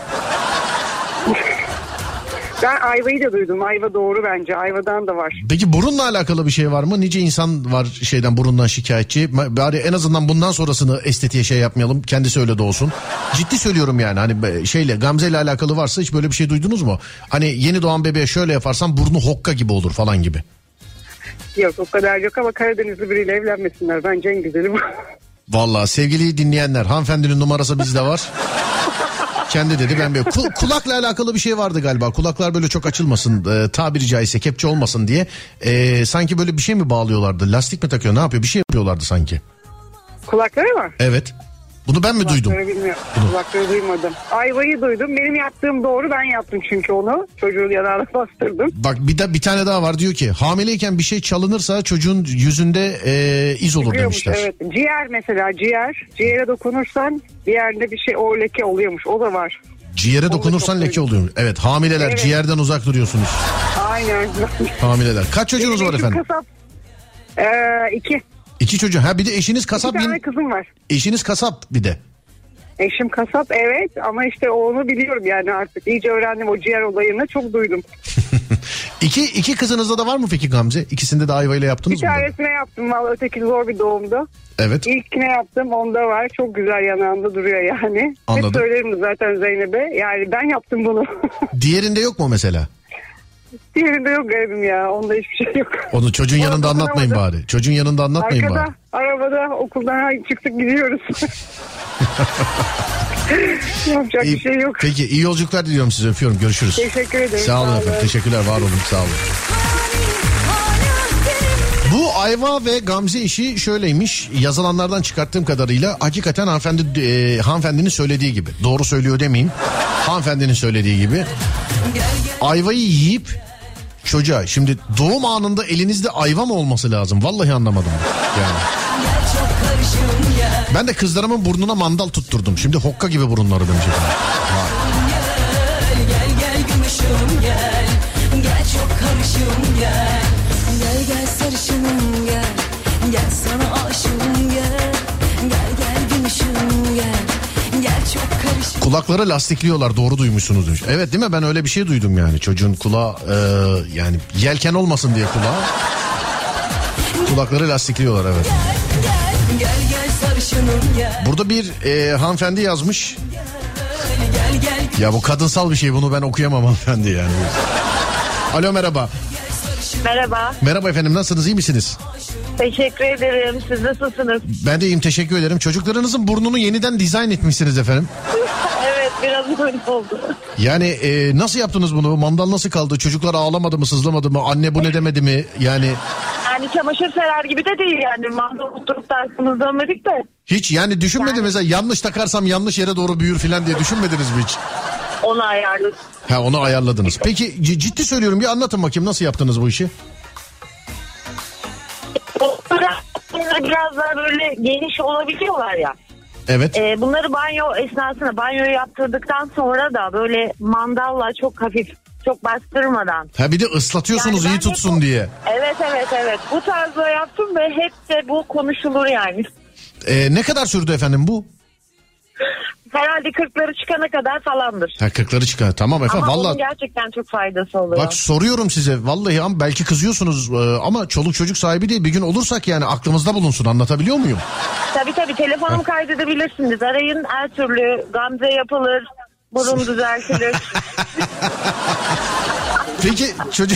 [SPEAKER 6] Ben ayvayı da duydum. Ayva doğru bence. Ayvadan da var.
[SPEAKER 1] Peki burunla alakalı bir şey var mı? Nice insan var burundan şikayetçi. Bari en azından bundan sonrasını estetiğe şey yapmayalım. Kendisi öyle de olsun. Ciddi söylüyorum yani. Hani Gamze ile alakalı varsa hiç böyle bir şey duydunuz mu? Hani yeni doğan bebeğe şöyle yaparsan burnu hokka gibi olur falan gibi.
[SPEAKER 6] Yok o kadar yok ama Karadenizli biriyle evlenmesinler. Bence en güzeli bu.
[SPEAKER 1] Vallahi sevgili dinleyenler, hanımefendinin numarası bizde var. Kendi dedi ben böyle kulakla alakalı bir şey vardı galiba. Kulaklar böyle çok açılmasın, tabiri caizse kepçe olmasın diye. Sanki böyle bir şey mi bağlıyorlardı? Lastik mi takıyor? Ne yapıyor? Bir şey yapıyorlardı sanki.
[SPEAKER 6] Kulakları mı?
[SPEAKER 1] Evet. Bunu ben mi duydum?
[SPEAKER 6] Bilmiyorum. Kulakları duymadım. Ayvayı duydum. Benim yaptığım doğru, ben yaptım çünkü onu. Çocuğun yanağına bastırdım.
[SPEAKER 1] Bak bir tane daha var, diyor ki hamileyken bir şey çalınırsa çocuğun yüzünde iz olur demişler.
[SPEAKER 6] Evet. Ciğer mesela, ciğere dokunursan bir yerinde bir şey, o leke oluyormuş, o da var.
[SPEAKER 1] Ciğere dokunursan leke oluyor. Evet, hamileler evet. Ciğerden uzak duruyorsunuz.
[SPEAKER 6] Aynen.
[SPEAKER 1] Hamileler. Kaç çocuğunuz var efendim?
[SPEAKER 6] Kasap. 2.
[SPEAKER 1] 2 çocuğu. Ha bir de eşiniz kasap.
[SPEAKER 6] 2 tane kızım var.
[SPEAKER 1] Eşiniz kasap bir de.
[SPEAKER 6] Eşim kasap evet, ama işte onu biliyorum yani, artık iyice öğrendim o ciğer olayını, çok duydum.
[SPEAKER 1] İki kızınızda da var mı peki Gamze? İkisinde de ayvayla yaptınız mı?
[SPEAKER 6] Bir tanesine yaptım valla, öteki zor bir doğumdu.
[SPEAKER 1] Evet.
[SPEAKER 6] İlkine yaptım, onda var, çok güzel yanağında duruyor yani.
[SPEAKER 1] Anladım.
[SPEAKER 6] Hep söylerim zaten Zeynep'e, yani ben yaptım bunu.
[SPEAKER 1] Diğerinde yok mu mesela?
[SPEAKER 6] Diğerinde yok garibim ya, onda hiçbir şey yok.
[SPEAKER 1] Onu çocuğun yanında anlatmayın bari. Çocuğun yanında anlatmayın
[SPEAKER 6] arkada,
[SPEAKER 1] bari.
[SPEAKER 6] Arabada okuldan çıktık gidiyoruz. Yapacak bir şey yok.
[SPEAKER 1] Peki iyi yolculuklar diliyorum size, öpüyorum, görüşürüz.
[SPEAKER 6] Teşekkür ederim.
[SPEAKER 1] Sağ olun efendim, teşekkürler, var olun, sağ olun. Bu Ayva ve Gamze işi şöyleymiş, yazılanlardan çıkarttığım kadarıyla hakikaten hanımefendinin söylediği gibi, doğru söylüyor demeyeyim, hanımefendinin söylediği gibi ayvayı yiyip çocuğa, şimdi doğum anında elinizde ayva mı olması lazım, vallahi anlamadım yani. Ben de kızlarımın burnuna mandal tutturdum, şimdi hokka gibi burunları demiş efendim.
[SPEAKER 3] Gel gümüşüm gel, gel çok karışım gel, gel sarışınım gel, gel sana aşığım gel, gel gümüşüm gel çok karışım.
[SPEAKER 1] Kulakları lastikliyorlar, doğru duymuşsunuz demiş. Evet değil mi, ben öyle bir şey duydum yani, çocuğun kulağı yani yelken olmasın diye kulakları lastikliyorlar, evet.
[SPEAKER 3] Gel sarışınım gel.
[SPEAKER 1] Burada bir hanımefendi yazmış. Ya bu kadınsal bir şey, bunu ben okuyamam hanımefendi yani. Alo, merhaba.
[SPEAKER 4] Merhaba.
[SPEAKER 1] Merhaba efendim, nasılsınız, iyi misiniz?
[SPEAKER 4] Teşekkür ederim. Siz nasılsınız?
[SPEAKER 1] Ben de iyiyim, teşekkür ederim. Çocuklarınızın burnunu yeniden dizayn etmişsiniz efendim.
[SPEAKER 4] Evet, biraz öyle oldu.
[SPEAKER 1] Yani nasıl yaptınız bunu? Mandal nasıl kaldı? Çocuklar ağlamadı mı, sızlamadı mı? Anne bu ne demedi mi? Yani
[SPEAKER 4] çamaşır serer gibi de değil yani. Mandal oturup dersiniz dönmedik de.
[SPEAKER 1] Hiç yani düşünmediniz mesela, yanlış takarsam yanlış yere doğru büyür falan diye düşünmediniz mi hiç?
[SPEAKER 4] Onu ayarladım.
[SPEAKER 1] Ha, onu ayarladınız. Peki ciddi söylüyorum, bir anlatın bakayım, nasıl yaptınız bu işi?
[SPEAKER 4] Biraz daha böyle geniş olabiliyorlar ya.
[SPEAKER 1] Evet.
[SPEAKER 4] Bunları banyoyu yaptırdıktan sonra da böyle mandalla çok hafif, çok bastırmadan.
[SPEAKER 1] Ha bir de ıslatıyorsunuz yani iyi tutsun diye.
[SPEAKER 4] Evet. Bu tarzda yaptım ve hep de bu konuşulur yani.
[SPEAKER 1] Ne kadar sürdü efendim bu?
[SPEAKER 4] Herhalde 40'ları çıkana kadar falandır.
[SPEAKER 1] Ha 40'ları çıkar, tamam efendim.
[SPEAKER 4] Ama
[SPEAKER 1] vallahi
[SPEAKER 4] onun gerçekten çok faydası oluyor.
[SPEAKER 1] Bak soruyorum size vallahi, ama belki kızıyorsunuz ama çoluk çocuk sahibi değil, bir gün olursak yani aklımızda bulunsun, anlatabiliyor muyum?
[SPEAKER 4] Tabii telefonumu kaydedebilirsiniz, arayın, her türlü Gamze yapılır, burun düzeltilir.
[SPEAKER 1] Peki çocuk...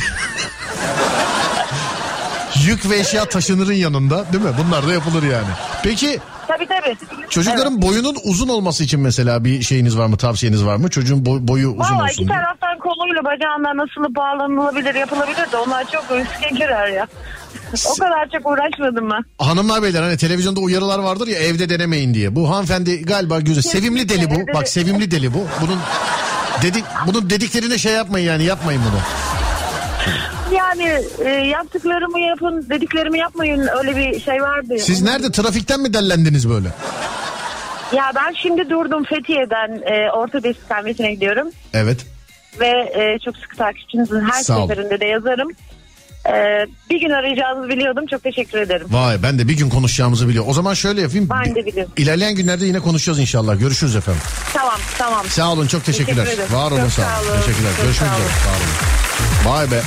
[SPEAKER 1] Yük ve eşya taşınırın yanında değil mi? Bunlar da yapılır yani. Peki...
[SPEAKER 4] Tabii.
[SPEAKER 1] Çocukların boyunun uzun olması için mesela bir şeyiniz var mı, tavsiyeniz var mı? Çocuğun boyu uzun
[SPEAKER 4] vallahi
[SPEAKER 1] olsun.
[SPEAKER 4] İki taraftan koluyla bacağından nasıl bağlanılabilir, yapılabilir de onlar çok riske girer ya. O kadar çok uğraşmadım ben.
[SPEAKER 1] Hanımlar beyler, hani televizyonda uyarılar vardır ya, evde denemeyin diye. Bu hanımefendi galiba güzel. Sevimli deli bu. Bak sevimli deli bu. Bunun dediklerine şey yapmayın yani, yapmayın bunu.
[SPEAKER 4] Yani yaptıklarımı yapın, dediklerimi yapmayın, öyle bir şey vardı.
[SPEAKER 1] Siz nerede, trafikten mi dellendiniz böyle?
[SPEAKER 4] Ya ben şimdi durdum Fethiye'den Orta istikametine gidiyorum.
[SPEAKER 1] Evet.
[SPEAKER 4] Ve çok sıkı takipçinizin her seferinde de yazarım. Bir gün arayacağınızı biliyordum. Çok teşekkür ederim.
[SPEAKER 1] Vay, ben de bir gün konuşacağımızı biliyorum. O zaman şöyle yapayım.
[SPEAKER 4] Ben de biliyorum.
[SPEAKER 1] İlerleyen günlerde yine konuşacağız inşallah. Görüşürüz efendim.
[SPEAKER 4] Tamam.
[SPEAKER 1] Sağ olun, çok teşekkürler.
[SPEAKER 4] Teşekkür
[SPEAKER 1] Var olun,
[SPEAKER 4] çok
[SPEAKER 1] sağ olun. Teşekkürler.
[SPEAKER 4] Çok
[SPEAKER 1] Görüşmek üzere. Sağ olun. Vay be.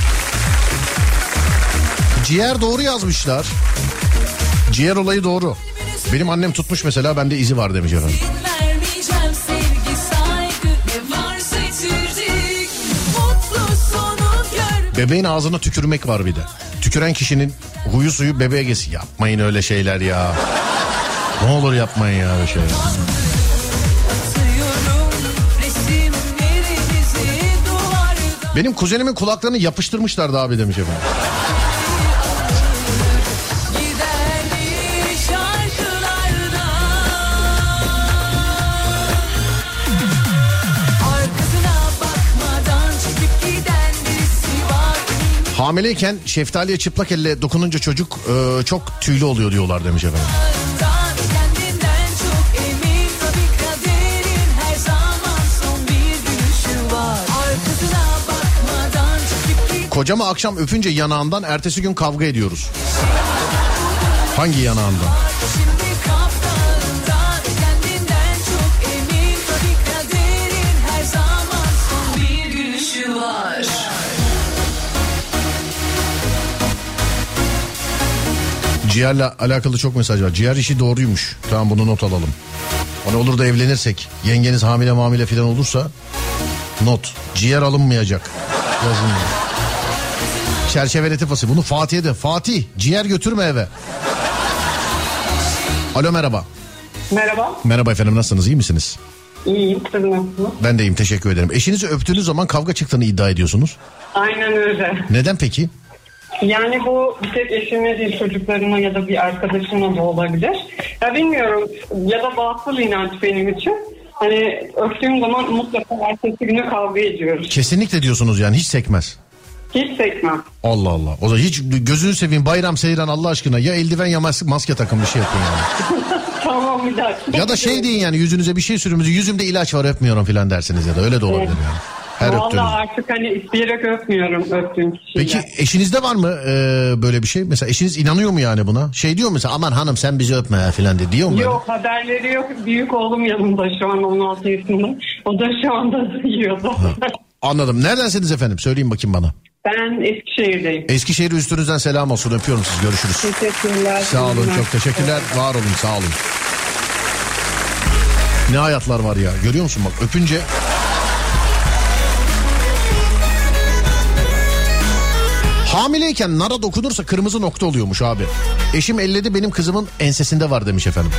[SPEAKER 1] Ciğer doğru yazmışlar. Ciğer olayı doğru. Benim annem tutmuş mesela, bende izi var demiş efendim. Bebeğin ağzına tükürmek var bir de. Tüküren kişinin huyu suyu bebeğe geçsin. Yapmayın öyle şeyler ya. Ne olur yapmayın ya öyle şeyler. Benim kuzenimin kulaklarını yapıştırmışlardı abi demiş efendim. Hamileyken şeftaliye çıplak elle dokununca çocuk çok tüylü oluyor diyorlar demiş efendim. Kocamı akşam öpünce yanağından ertesi gün kavga ediyoruz. Hangi yanağından? Ciğerle alakalı çok mesaj var. Ciğer işi doğruymuş. Tamam, bunu not alalım. Hani olur da evlenirsek, yengeniz hamile falan olursa not. Ciğer alınmayacak. Yazın. Çerçeveleti pası. Bunu Fatih'e de. Fatih, ciğer götürme eve. Alo, merhaba.
[SPEAKER 7] Merhaba.
[SPEAKER 1] Merhaba efendim, nasılsınız, iyi misiniz?
[SPEAKER 7] İyiyim, siz nasılsınız?
[SPEAKER 1] Ben de iyiyim, teşekkür ederim. Eşinizi öptüğünüz zaman kavga çıktığını iddia ediyorsunuz.
[SPEAKER 7] Aynen öyle.
[SPEAKER 1] Neden peki?
[SPEAKER 7] Yani bu bir tek eşime değil, çocuklarıma ya da bir arkadaşıma da olabilir. Ya bilmiyorum, ya da batıl inanç benim için. Hani öptüğüm zaman mutlaka ertesi günü kavga ediyoruz.
[SPEAKER 1] Kesinlikle diyorsunuz yani, hiç sekmez.
[SPEAKER 7] Hiç sekmem.
[SPEAKER 1] Allah Allah. O zaman hiç gözünü seveyim Bayram Seyran Allah aşkına, ya eldiven ya maske takın, bir şey yapın yani.
[SPEAKER 7] Tamam, bir dakika.
[SPEAKER 1] Ya da şey deyin yani, yüzünüze bir şey sürün, yüzümde ilaç var öpmüyorum falan dersiniz, ya da öyle de olabilir yani. Her
[SPEAKER 7] Vallahi artık hani isteyerek öpmüyorum öptüğüm kişiyle.
[SPEAKER 1] Peki eşinizde var mı böyle bir şey? Mesela eşiniz inanıyor mu yani buna? Şey diyor mu mesela, aman hanım sen bizi öpme ya falan de, diyor mu?
[SPEAKER 7] Yok böyle? Haberleri yok. Büyük oğlum yanımda şu an 16 yaşında. O da şu anda duyuyordu.
[SPEAKER 1] Anladım. Neredensiniz efendim? Söyleyin bakayım bana.
[SPEAKER 7] Ben Eskişehir'deyim.
[SPEAKER 1] Eskişehir üstünüzden selam olsun. Öpüyorum sizi. Görüşürüz.
[SPEAKER 7] Teşekkürler.
[SPEAKER 1] Sağ olun. Çok teşekkürler. Var olun. Sağ olun. Ne hayatlar var ya. Görüyor musun bak, öpünce... Hamileyken nara dokunursa kırmızı nokta oluyormuş abi. Eşim elledi, benim kızımın ensesinde var demiş efendim.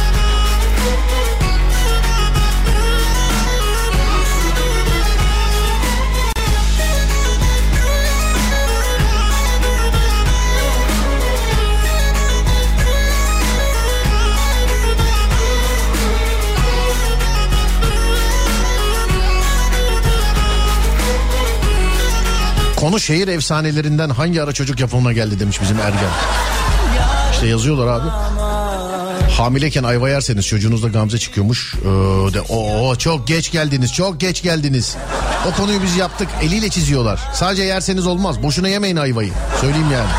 [SPEAKER 1] Konu şehir efsanelerinden hangi ara çocuk yapımına geldi demiş bizim Ergen. İşte yazıyorlar abi. Hamileyken ayva yerseniz çocuğunuzda gamze çıkıyormuş. Çok geç geldiniz, çok geç geldiniz. O konuyu biz yaptık, eliyle çiziyorlar. Sadece yerseniz olmaz, boşuna yemeyin ayvayı. Söyleyeyim yani.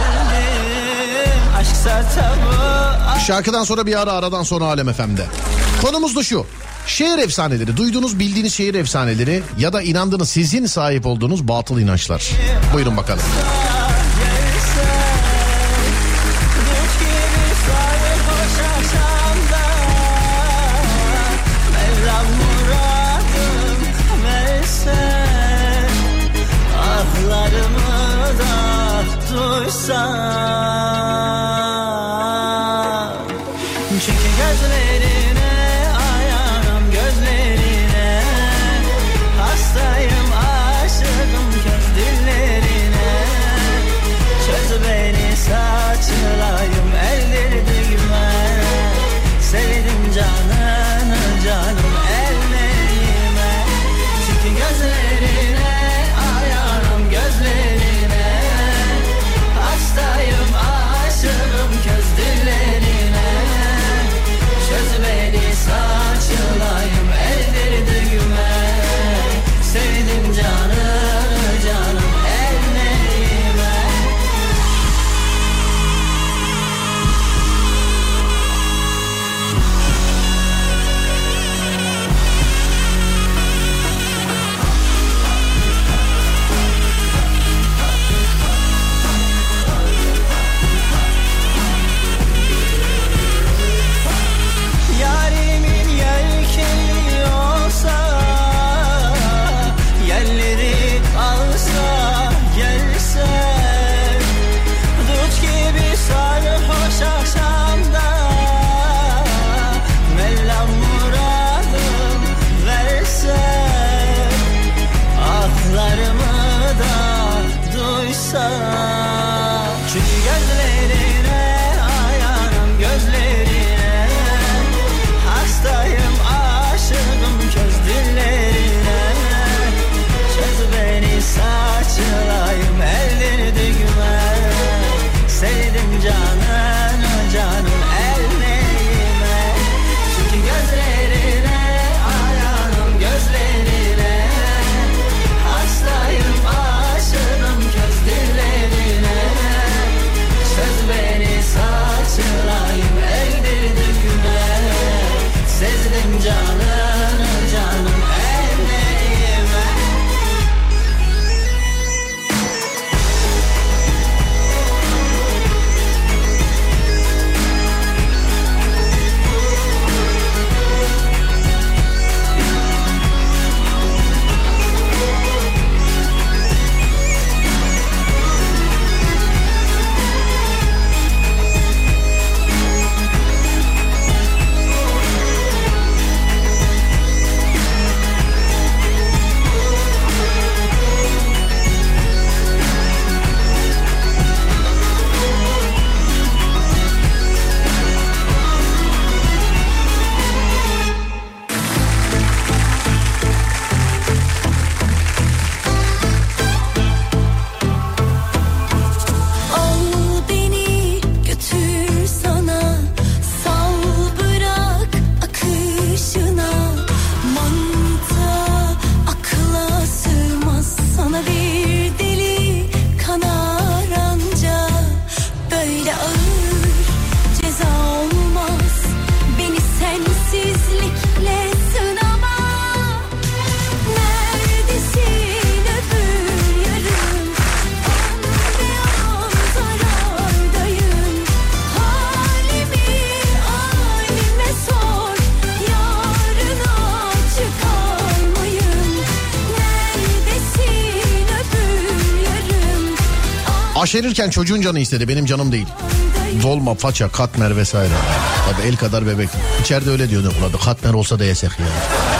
[SPEAKER 1] Şarkıdan sonra bir aradan sonra Alem FM'de. Konumuz da şu. Şehir efsaneleri, duyduğunuz bildiğiniz şehir efsaneleri ya da inandığınız, sizin sahip olduğunuz batıl inançlar. Buyurun bakalım.
[SPEAKER 2] Çünkü gözlerine ayağım, gözlerine hastayım, aşığım köz dillerine. Çöz beni saçlayım ellerime, sevdim canını canım ellerime. Çünkü gözlerine ayağım, gözlerine
[SPEAKER 1] Aşerirken çocuğun canı istedi, benim canım değil. Dolma, faça, katmer vesaire. Tabii el kadar bebek. İçeride öyle diyordu. Ulan bir katmer olsa da yesek ya.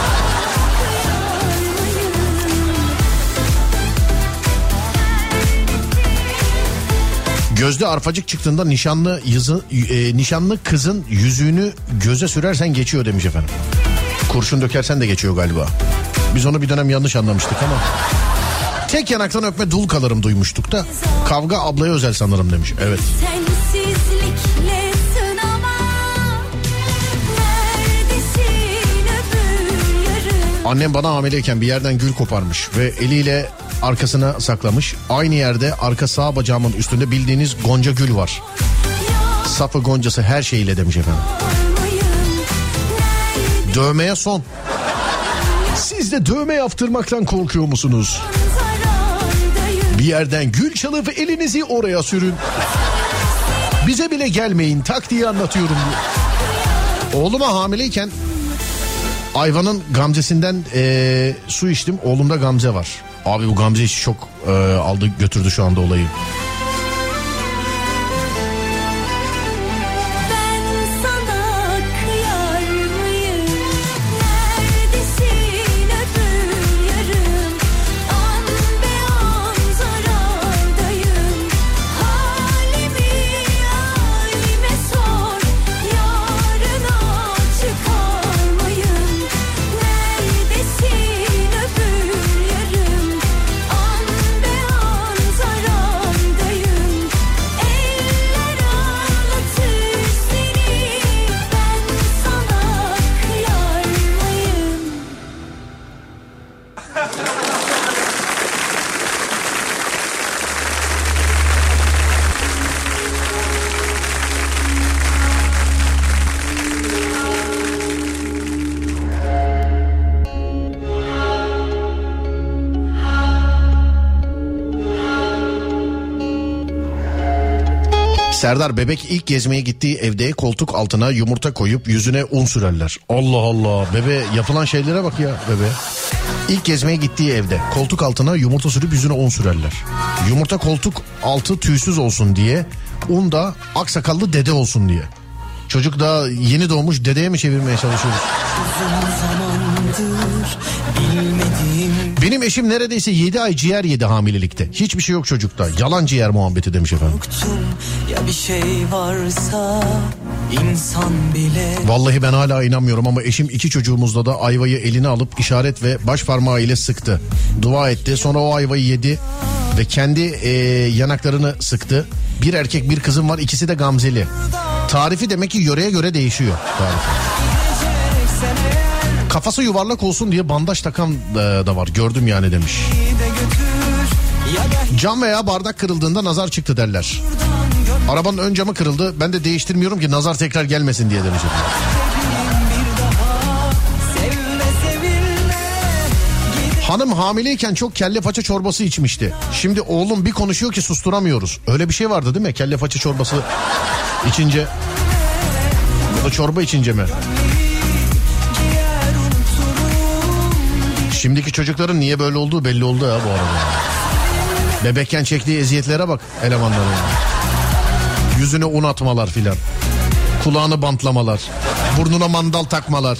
[SPEAKER 1] Gözde arpacık çıktığında nişanlı kızın yüzüğünü göze sürersen geçiyor demiş efendim. Kurşun dökersen de geçiyor galiba. Biz onu bir dönem yanlış anlamıştık ama. Tek yanaktan öpme dul kalırım duymuştuk da. Kavga ablaya özel sanırım demiş. Evet. Annem bana hamileyken bir yerden gül koparmış ve eliyle arkasına saklamış. Aynı yerde arka sağ bacağımın üstünde bildiğiniz gonca gül var. Safı goncası her şeyiyle demiş efendim. Dövmeye son. Siz de dövme yaptırmaktan korkuyor musunuz? Bir yerden gül çalıp elinizi oraya sürün. Bize bile gelmeyin, tak diye anlatıyorum diye. Oğluma hamileyken ayvanın gamzesinden su içtim. Oğlumda gamze var. Abi bu gamze işi çok aldı götürdü şu anda olayı. Serdar, bebek ilk gezmeye gittiği evde koltuk altına yumurta koyup yüzüne un sürerler. Allah Allah, bebe yapılan şeylere bak ya bebe. İlk gezmeye gittiği evde koltuk altına yumurta sürüp yüzüne un sürerler. Yumurta koltuk altı tüysüz olsun diye, un da aksakallı dede olsun diye. Çocuk daha yeni doğmuş, dedeye mi çevirmeye çalışıyoruz? Benim eşim neredeyse 7 ay ciğer yedi hamilelikte. Hiçbir şey yok çocukta. Yalan ciğer muhabbeti demiş efendim. Ya bir şey varsa insan bile. Vallahi ben hala inanmıyorum ama eşim 2 çocuğumuzda da ayvayı eline alıp işaret ve baş parmağı ile sıktı. Dua etti, sonra o ayvayı yedi ve kendi yanaklarını sıktı. Bir erkek bir kızım var, ikisi de gamzeli. Tarifi demek ki yöreye göre değişiyor. Kafası yuvarlak olsun diye bandaj takan da var, gördüm yani demiş. Cam veya bardak kırıldığında nazar çıktı derler. Arabanın ön camı kırıldı, ben de değiştirmiyorum ki nazar tekrar gelmesin diye demiş. Hanım hamileyken çok kelle paça çorbası içmişti. Şimdi oğlum bir konuşuyor ki susturamıyoruz. Öyle bir şey vardı değil mi? Kelle paça çorbası içince. Ya da çorba içince mi? Şimdiki çocukların niye böyle olduğu belli oldu ya bu arada. Bebekken çektiği eziyetlere bak elemanların. Yüzüne un atmalar filan. Kulağını bantlamalar. Burnuna mandal takmalar.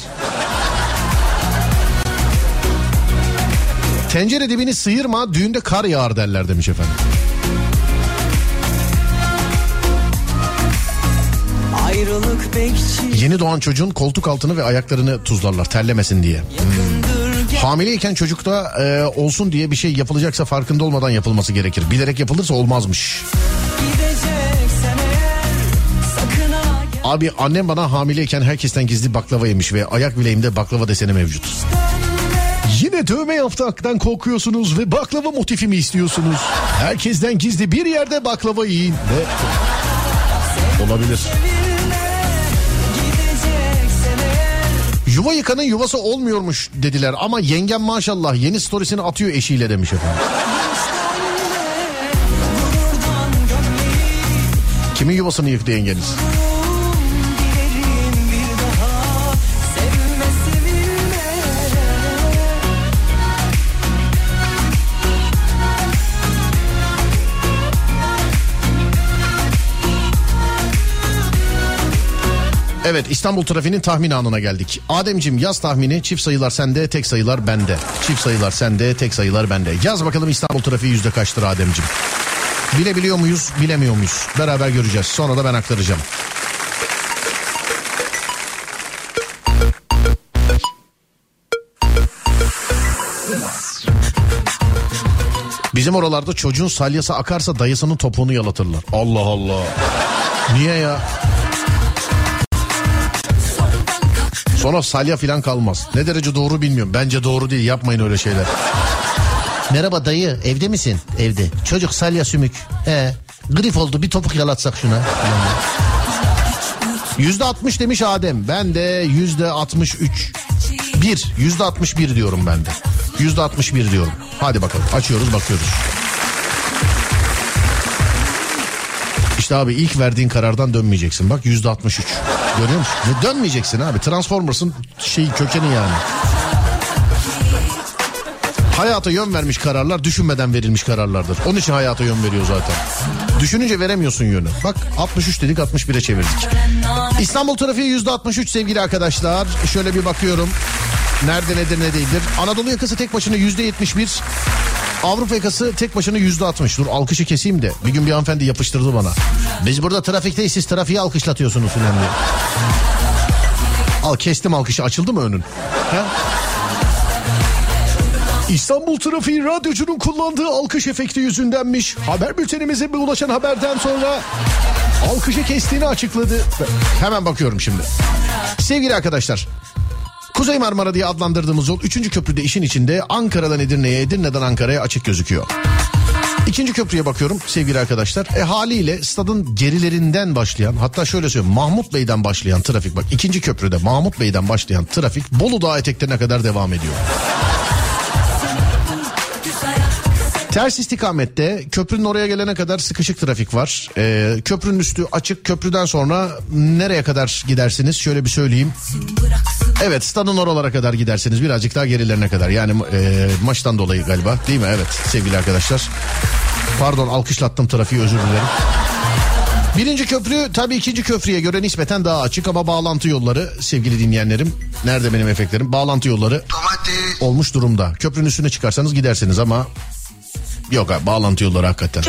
[SPEAKER 1] Tencere dibini sıyırma, düğünde kar yağar derler demiş efendim. Yeni doğan çocuğun koltuk altını ve ayaklarını tuzlarlar terlemesin diye. Hamileyken çocukta olsun diye bir şey yapılacaksa farkında olmadan yapılması gerekir. Bilerek yapılırsa olmazmış. Abi annem bana hamileyken herkesten gizli baklava yemiş ve ayak bileğimde baklava deseni mevcut. Yine dövme yapmaktan korkuyorsunuz ve baklava motifi mi istiyorsunuz? Herkesten gizli bir yerde baklava yiyin. Olabilir. Yuva yıkanın yuvası olmuyormuş dediler ama yengem maşallah yeni storiesini atıyor eşiyle demiş efendim. Kimin yuvasını yıktı yengeniz? Evet, İstanbul trafiğinin tahmin anına geldik. Ademciğim, yaz tahmini: çift sayılar sende, tek sayılar bende. Çift sayılar sende, tek sayılar bende. Yaz bakalım İstanbul trafiği yüzde kaçtır Ademciğim? Bilebiliyor muyuz, bilemiyor muyuz? Beraber göreceğiz. Sonra da ben aktaracağım. Bizim oralarda çocuğun salyası akarsa dayısının topuğunu yalatırlar. Allah Allah. Niye ya? Sonra salya filan kalmaz. Ne derece doğru bilmiyorum. Bence doğru değil. Yapmayın öyle şeyler. Merhaba dayı, evde misin? Evde. Çocuk salya sümük. Grif oldu, bir topuk yalatsak şuna. %60 demiş Adem. Ben de %63. %61 diyorum ben de. %61 diyorum. Hadi bakalım, açıyoruz bakıyoruz. İşte abi, ilk verdiğin karardan dönmeyeceksin. Bak %63. Görüyor musun? Dönmeyeceksin abi. Transformers'ın kökeni yani. Hayata yön vermiş kararlar düşünmeden verilmiş kararlardır. Onun için hayata yön veriyor zaten. Düşününce veremiyorsun yönü. Bak 63 dedik, 61'e çevirdik. İstanbul trafiği %63 sevgili arkadaşlar. Şöyle bir bakıyorum. Nerede nedir ne değildir. Anadolu yakası tek başına %71. Avrupa yakası tek başına %60. Dur alkışı keseyim de. Bir gün bir hanımefendi yapıştırdı bana. Biz burada trafikteyiz, siz trafiği alkışlatıyorsunuz falan diye. Al, kestim alkışı. Açıldı mı önün? Ha? İstanbul trafiği radyocunun kullandığı alkış efekti yüzündenmiş. Haber bültenimize ulaşan haberden sonra alkışı kestiğini açıkladı. Hemen bakıyorum şimdi. Sevgili arkadaşlar, Kuzey Marmara diye adlandırdığımız yol 3. köprüde işin içinde. Ankara'dan Edirne'ye, Edirne'den Ankara'ya açık gözüküyor. 2. köprüye bakıyorum sevgili arkadaşlar. Haliyle stadın gerilerinden başlayan, hatta şöyle söyleyeyim, Mahmut Bey'den başlayan trafik, bak 2. köprüde Mahmut Bey'den başlayan trafik Bolu Dağı eteklerine kadar devam ediyor. Ters istikamette köprünün oraya gelene kadar sıkışık trafik var. Köprünün üstü açık. Köprüden sonra nereye kadar gidersiniz? Şöyle bir söyleyeyim. Evet, stadın oralara kadar gidersiniz. Birazcık daha gerilerine kadar. Yani maçtan dolayı galiba, değil mi? Evet sevgili arkadaşlar. Pardon, alkışlattım trafiği, özür dilerim. 1. köprü tabii 2. köprüye göre nispeten daha açık ama bağlantı yolları sevgili dinleyenlerim. Nerede benim efektlerim? Bağlantı yolları olmuş durumda. Köprünün üstüne çıkarsanız gidersiniz ama yok abi, bağlantı yolları hakikaten.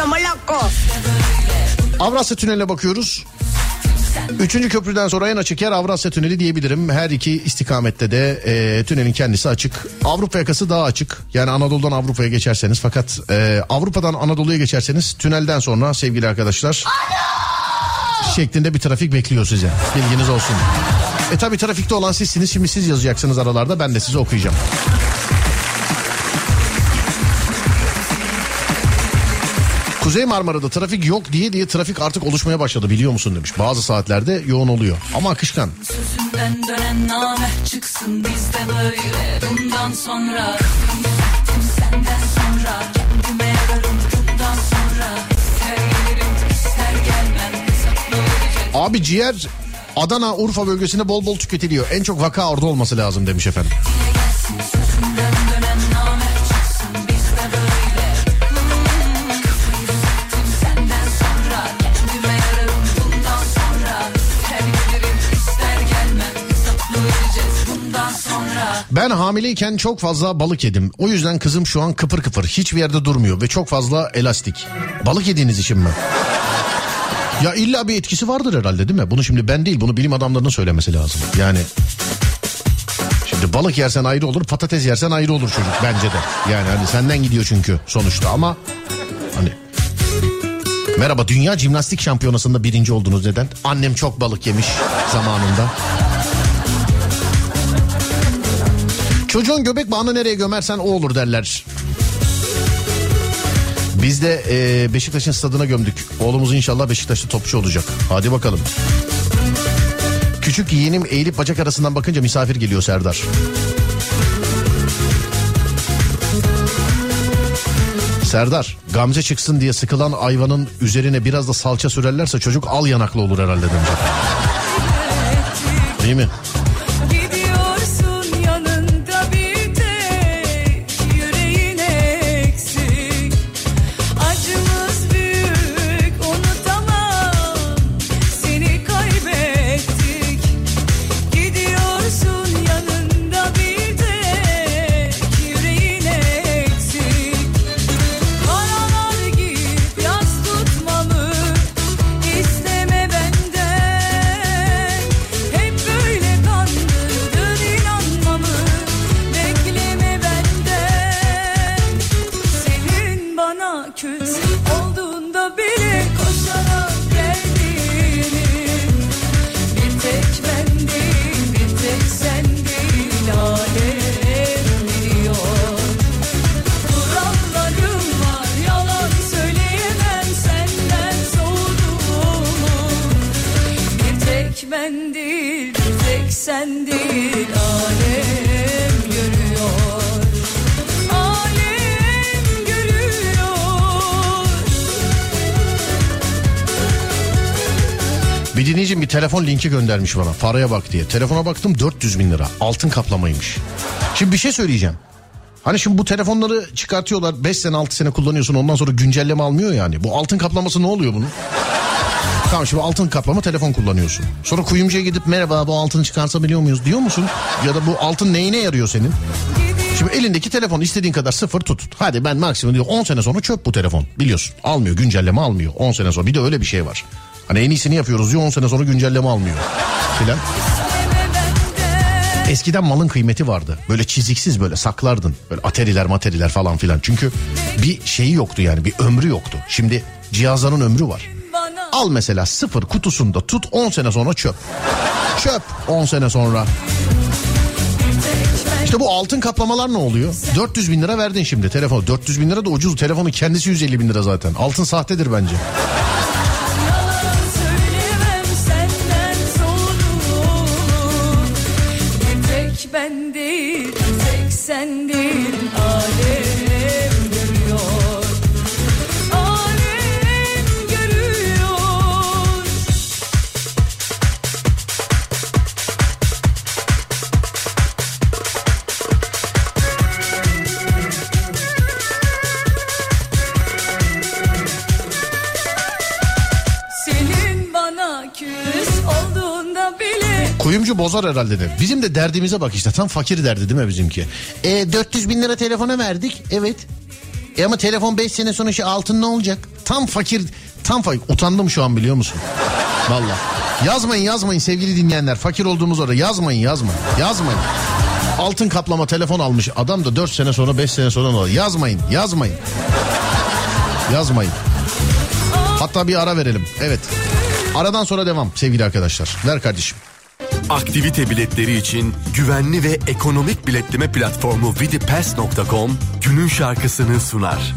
[SPEAKER 1] Avrasya Tüneli'ne bakıyoruz. 3. köprüden sonra en açık yer Avrasya Tüneli diyebilirim. Her iki istikamette de tünelin kendisi açık. Avrupa yakası daha açık. Yani Anadolu'dan Avrupa'ya geçerseniz, fakat Avrupa'dan Anadolu'ya geçerseniz tünelden sonra sevgili arkadaşlar şeklinde bir trafik bekliyor size. Bilginiz olsun. Tabii trafikte olan sizsiniz. Şimdi siz yazacaksınız aralarda, ben de size okuyacağım. Kuzey Marmara'da trafik yok diye trafik artık oluşmaya başladı biliyor musun demiş. Bazı saatlerde yoğun oluyor ama akışkan. Sözünden dönen namert çıksın bizde böyle bundan sonra. Senden sonra kendime yararım bundan sonra. İster gelirim ister gelmem. Abi ciğer Adana, Urfa bölgesinde bol bol tüketiliyor. En çok vaka orada olması lazım demiş efendim. Ben hamileyken çok fazla balık yedim. O yüzden kızım şu an kıpır kıpır. Hiçbir yerde durmuyor ve çok fazla elastik. Balık yediğiniz için mi? Ya illa bir etkisi vardır herhalde, değil mi? Bunu şimdi ben değil, bunu bilim adamlarının söylemesi lazım. Yani şimdi balık yersen ayrı olur, patates yersen ayrı olur çocuk bence de. Yani hani senden gidiyor çünkü sonuçta ama hani... Merhaba, Dünya Jimnastik Şampiyonası'nda 1. oldunuz, neden? Annem çok balık yemiş zamanında. Çocuğun göbek bağını nereye gömersen o olur derler. Biz de Beşiktaş'ın stadına gömdük. Oğlumuz inşallah Beşiktaş'ta topçu olacak. Hadi bakalım. Küçük yeğenim eğilip bacak arasından bakınca misafir geliyor Serdar. Serdar, Gamze çıksın diye sıkılan ayvanın üzerine biraz da salça sürerlerse çocuk al yanaklı olur herhalde demiş. Değil mi?
[SPEAKER 3] sen değil alem görüyor. Alem görüyor.
[SPEAKER 1] Bir dinleyicim bir telefon linki göndermiş bana. Paraya bak diye. Telefona baktım 400 bin lira. Altın kaplamaymış. Şimdi bir şey söyleyeceğim. Hani şimdi bu telefonları çıkartıyorlar. 5 sene 6 sene kullanıyorsun. Ondan sonra güncelleme almıyor yani. Bu altın kaplaması ne oluyor bunun? Tamam şimdi altın kaplama telefon kullanıyorsun. Sonra kuyumcuya gidip merhaba bu altını çıkartabiliyor muyuz diyor musun? Ya da bu altın neyine yarıyor senin? Şimdi elindeki telefon istediğin kadar sıfır tut. Hadi ben maksimum diyor 10 sene sonra çöp bu telefon. Biliyorsun almıyor, güncelleme almıyor 10 sene sonra. Bir de öyle bir şey var. Hani en iyisini yapıyoruz diyor 10 sene sonra güncelleme almıyor filan. Eskiden malın kıymeti vardı. Böyle çiziksiz böyle saklardın. Böyle ateriler materiler falan filan. Çünkü bir şeyi yoktu yani, bir ömrü yoktu. Şimdi cihazların ömrü var. Al mesela sıfır kutusunda tut 10 sene sonra çöp. Çöp 10 sene sonra. İşte bu altın kaplamalar ne oluyor? 400 bin lira verdin şimdi telefonu. 400 bin lira da ucuz. Telefonun kendisi 150 bin lira zaten. Altın sahtedir bence.
[SPEAKER 3] Ben değil, tek sen değil, alem görüyor, alem görüyor. Senin bana küs olduğunda bile.
[SPEAKER 1] Kuyumcu bozar herhalde de. Bizim de derdimize bak işte. Tam fakir derdi değil mi bizimki? 400 bin lira telefona verdik. Evet. Ama telefon 5 sene sonra şey altın ne olacak? Tam fakir. Utandım şu an biliyor musun? Vallahi. Yazmayın sevgili dinleyenler. Fakir olduğumuz orada yazmayın. Altın kaplama telefon almış. Adam da 4 sene sonra 5 sene sonra ne olur? Yazmayın. Hatta bir ara verelim. Evet. Aradan sonra devam sevgili arkadaşlar. Ver kardeşim.
[SPEAKER 8] Aktivite biletleri için güvenli ve ekonomik biletleme platformu vidipass.com günün şarkısını sunar.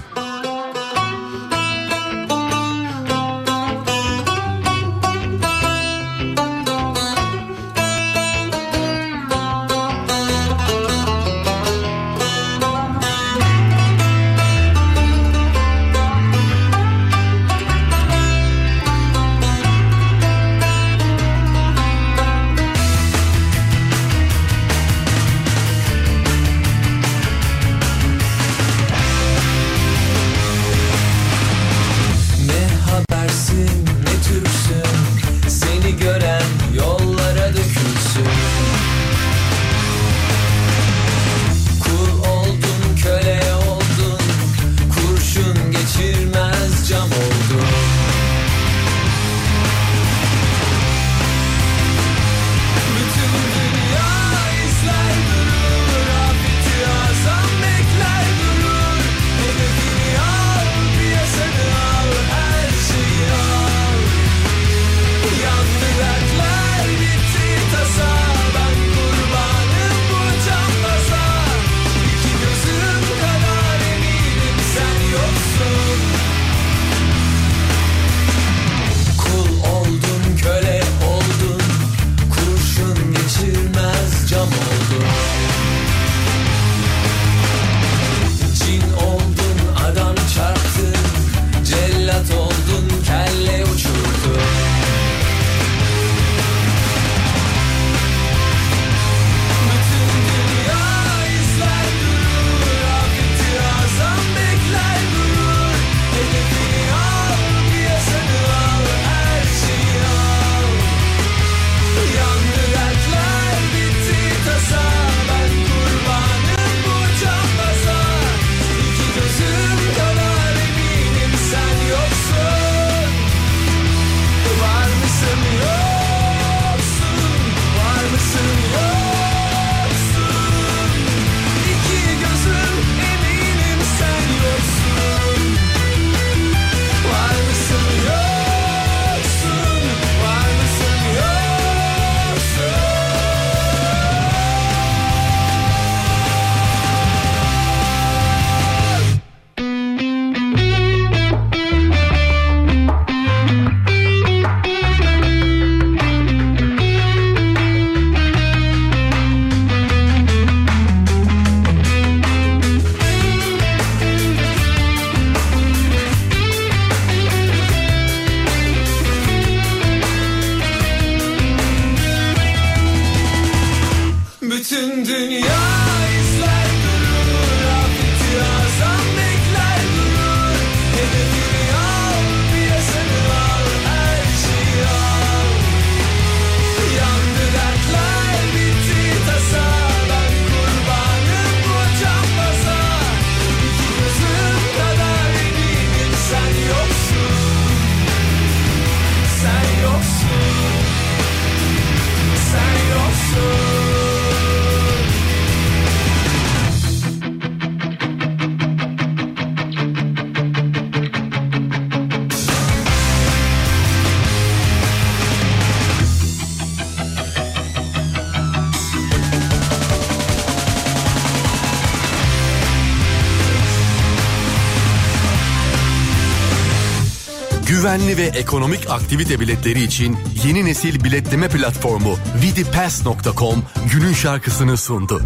[SPEAKER 8] Güvenli ve ekonomik aktivite biletleri için yeni nesil biletleme platformu vidipass.com günün şarkısını sundu.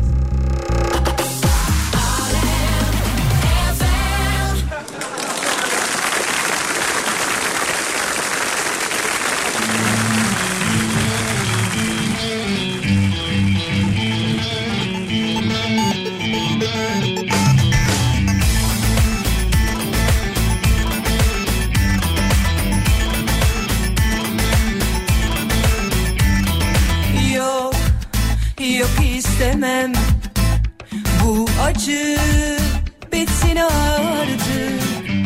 [SPEAKER 3] istemem. Bu acı bitsin artık.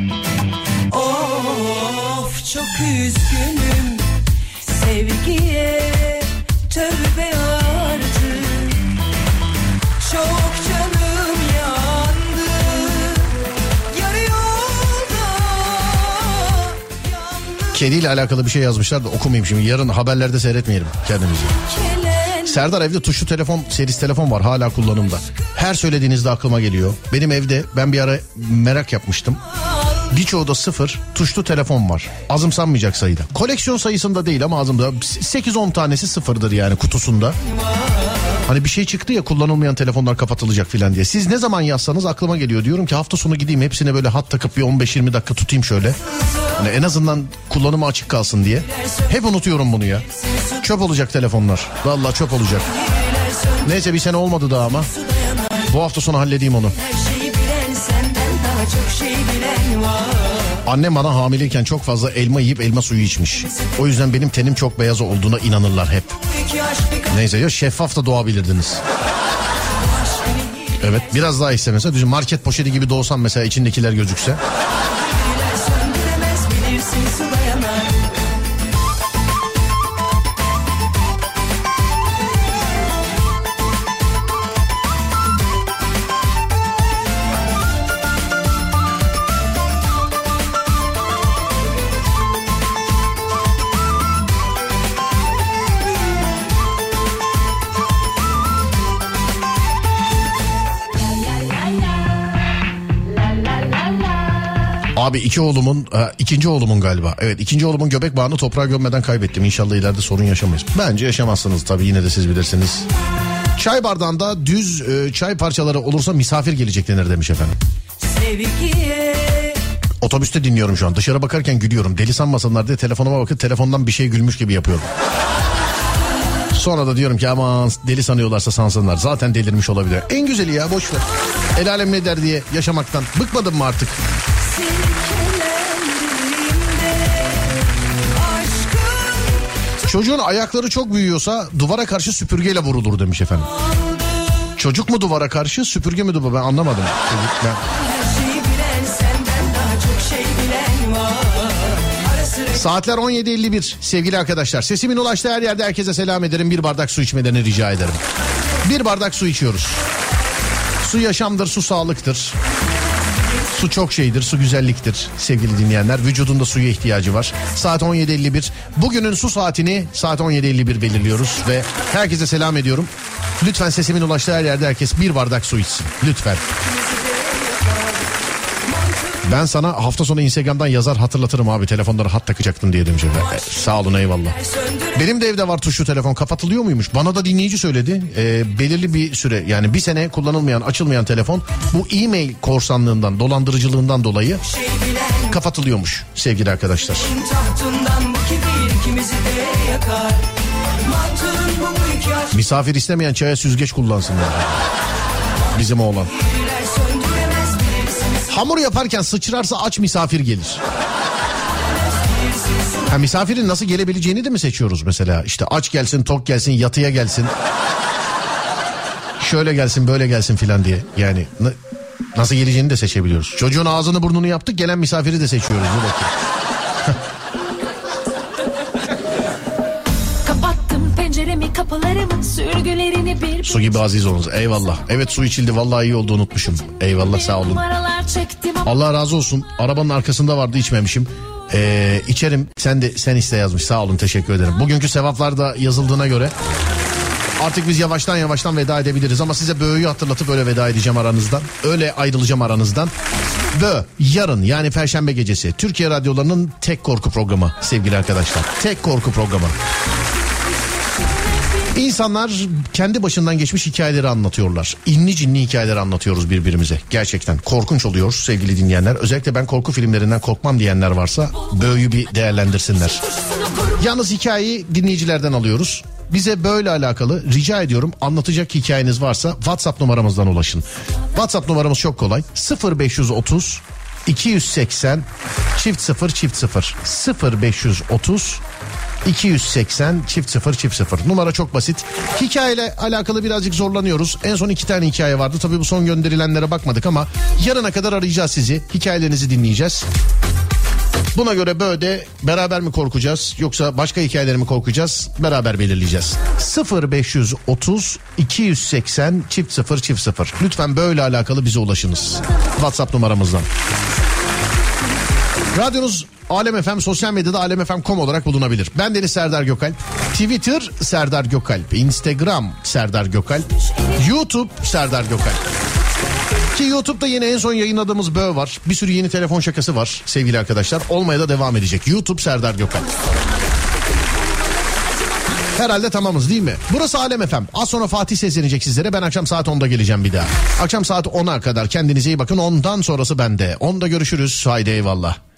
[SPEAKER 3] Of çok üzgünüm. Sevgiye tövbe artık. Çok canım yandı. Yarı yolda yandı.
[SPEAKER 1] Kediyle alakalı bir şey yazmışlar da okumayayım şimdi. Yarın haberlerde seyretmeyelim kendimizi. Serdar, evde tuşlu telefon, series telefon var hala kullanımda. Her söylediğinizde aklıma geliyor. Benim evde ben bir ara merak yapmıştım. Birçoğu da 0 tuşlu telefon var. Azımsanmayacak sayıda. Koleksiyon sayısında değil ama azımda 8-10 tanesi 0'dır yani kutusunda. Hani bir şey çıktı ya, kullanılmayan telefonlar kapatılacak filan diye. Siz ne zaman yazsanız aklıma geliyor. Diyorum ki hafta sonu gideyim hepsine böyle hat takıp bir 15-20 dakika tutayım şöyle. Hani en azından kullanımı açık kalsın diye. Hep unutuyorum bunu ya. Çöp olacak telefonlar. Vallahi çöp olacak. Neyse bir sene olmadı daha ama. Bu hafta sonu halledeyim onu. Annem bana hamileyken çok fazla elma yiyip elma suyu içmiş. O yüzden benim tenim çok beyaz olduğuna inanırlar hep. Neyse ya, şeffaf da doğabilirdiniz. Evet, biraz daha ise mesela düşün, market poşeti gibi doğsam mesela, içindekiler gözükse. Abi ikinci oğlumun galiba. Evet, ikinci oğlumun göbek bağını toprağa gömmeden kaybettim. İnşallah ileride sorun yaşamayız. Bence yaşamazsınız tabii, yine de siz bilirsiniz. Çay bardağında düz çay parçaları olursa misafir gelecek denir demiş efendim. Sevgiye. Otobüste dinliyorum şu an. Dışarı bakarken gülüyorum. Deli sanmasınlar diye telefonuma bakıp telefondan bir şey gülmüş gibi yapıyorum. Sonra da diyorum ki aman deli sanıyorlarsa sansınlar. Zaten delirmiş olabilir. En güzeli ya, boş ver. El alem ne der diye yaşamaktan bıkmadın mı artık? Çocuğun ayakları çok büyüyorsa duvara karşı süpürgeyle vurulur demiş efendim. Çocuk mu duvara karşı, süpürge mi duvara, ben anlamadım. Saatler 17.51 sevgili arkadaşlar. Sesimin ulaştığı her yerde herkese selam ederim. Bir bardak su içmelerini rica ederim. Bir bardak su içiyoruz. Su yaşamdır, su sağlıktır. Su çok şeydir, su güzelliktir sevgili dinleyenler. Vücudunda suya ihtiyacı var. Saat 17.51. Bugünün su saatini saat 17.51 belirliyoruz ve herkese selam ediyorum. Lütfen sesimin ulaştığı her yerde herkes bir bardak su içsin. Lütfen. Ben sana hafta sonu Instagram'dan yazar hatırlatırım abi, telefonlara hat takacaktın diye demiş. Sağ olun, eyvallah. Benim de evde var tuşlu telefon, kapatılıyor muymuş? Bana da dinleyici söyledi. Belirli bir süre, yani bir sene kullanılmayan, açılmayan telefon bu e-mail korsanlığından, dolandırıcılığından dolayı kapatılıyormuş sevgili arkadaşlar. Misafir istemeyen çaya süzgeç kullansın yani. Bizim oğlan. Hamur yaparken sıçrarsa aç misafir gelir. Ha, misafirin nasıl gelebileceğini de mi seçiyoruz mesela? İşte aç gelsin, tok gelsin, yatıya gelsin. Şöyle gelsin, böyle gelsin filan diye. Yani nasıl geleceğini de seçebiliyoruz. Çocuğun ağzını burnunu yaptık, gelen misafiri de seçiyoruz. Bu bakayım.
[SPEAKER 3] Kapattım penceremi, kapılarımı, sürgülerini bir...
[SPEAKER 1] Su gibi aziz olunuz. Eyvallah. Evet, su içildi. Vallahi iyi oldu, unutmuşum. Eyvallah, sağ olun. Allah razı olsun. Arabanın arkasında vardı, içmemişim. İçerim. Sen iste yazmış. Sağ olun, teşekkür ederim. Bugünkü sevaplar da yazıldığına göre artık biz yavaştan veda edebiliriz. Ama size böğüyü hatırlatıp öyle veda edeceğim aranızdan. Öyle ayrılacağım aranızdan. Bö yarın yani Perşembe gecesi Türkiye radyolarının tek korku programı sevgili arkadaşlar. Tek korku programı. İnsanlar kendi başından geçmiş hikayeleri anlatıyorlar. İnli cinli hikayeler anlatıyoruz birbirimize. Gerçekten korkunç oluyor sevgili dinleyenler. Özellikle ben korku filmlerinden korkmam diyenler varsa Bö'yü bir değerlendirsinler. Yalnız hikayeyi dinleyicilerden alıyoruz. Bize böyle alakalı rica ediyorum anlatacak hikayeniz varsa WhatsApp numaramızdan ulaşın. WhatsApp numaramız çok kolay. 0530 280 00 0530 280 00. Numara çok basit. Hikayeyle alakalı birazcık zorlanıyoruz. En son 2 tane hikaye vardı. Tabii bu son gönderilenlere bakmadık ama yarına kadar arayacağız sizi. Hikayelerinizi dinleyeceğiz. Buna göre böyle beraber mi korkacağız yoksa başka hikayeleri mi korkacağız beraber belirleyeceğiz. 0530 280 00. Lütfen böyle alakalı bize ulaşınız. WhatsApp numaramızdan. Radyonuz Alem FM, sosyal medyada alemfm.com olarak bulunabilir. Ben Deniz Serdar Gökalp. Twitter Serdar Gökalp. Instagram Serdar Gökalp. YouTube Serdar Gökalp. Ki YouTube'da yine en son yayınladığımız Bö var. Bir sürü yeni telefon şakası var sevgili arkadaşlar. Olmaya da devam edecek. YouTube Serdar Gökalp. Herhalde tamamız değil mi? Burası Alem FM. Az sonra Fatih seslenecek sizlere. Ben akşam saat 10'da geleceğim bir daha. Akşam saat 10'a kadar kendinize iyi bakın. Ondan sonrası bende. 10'da görüşürüz. Haydi eyvallah.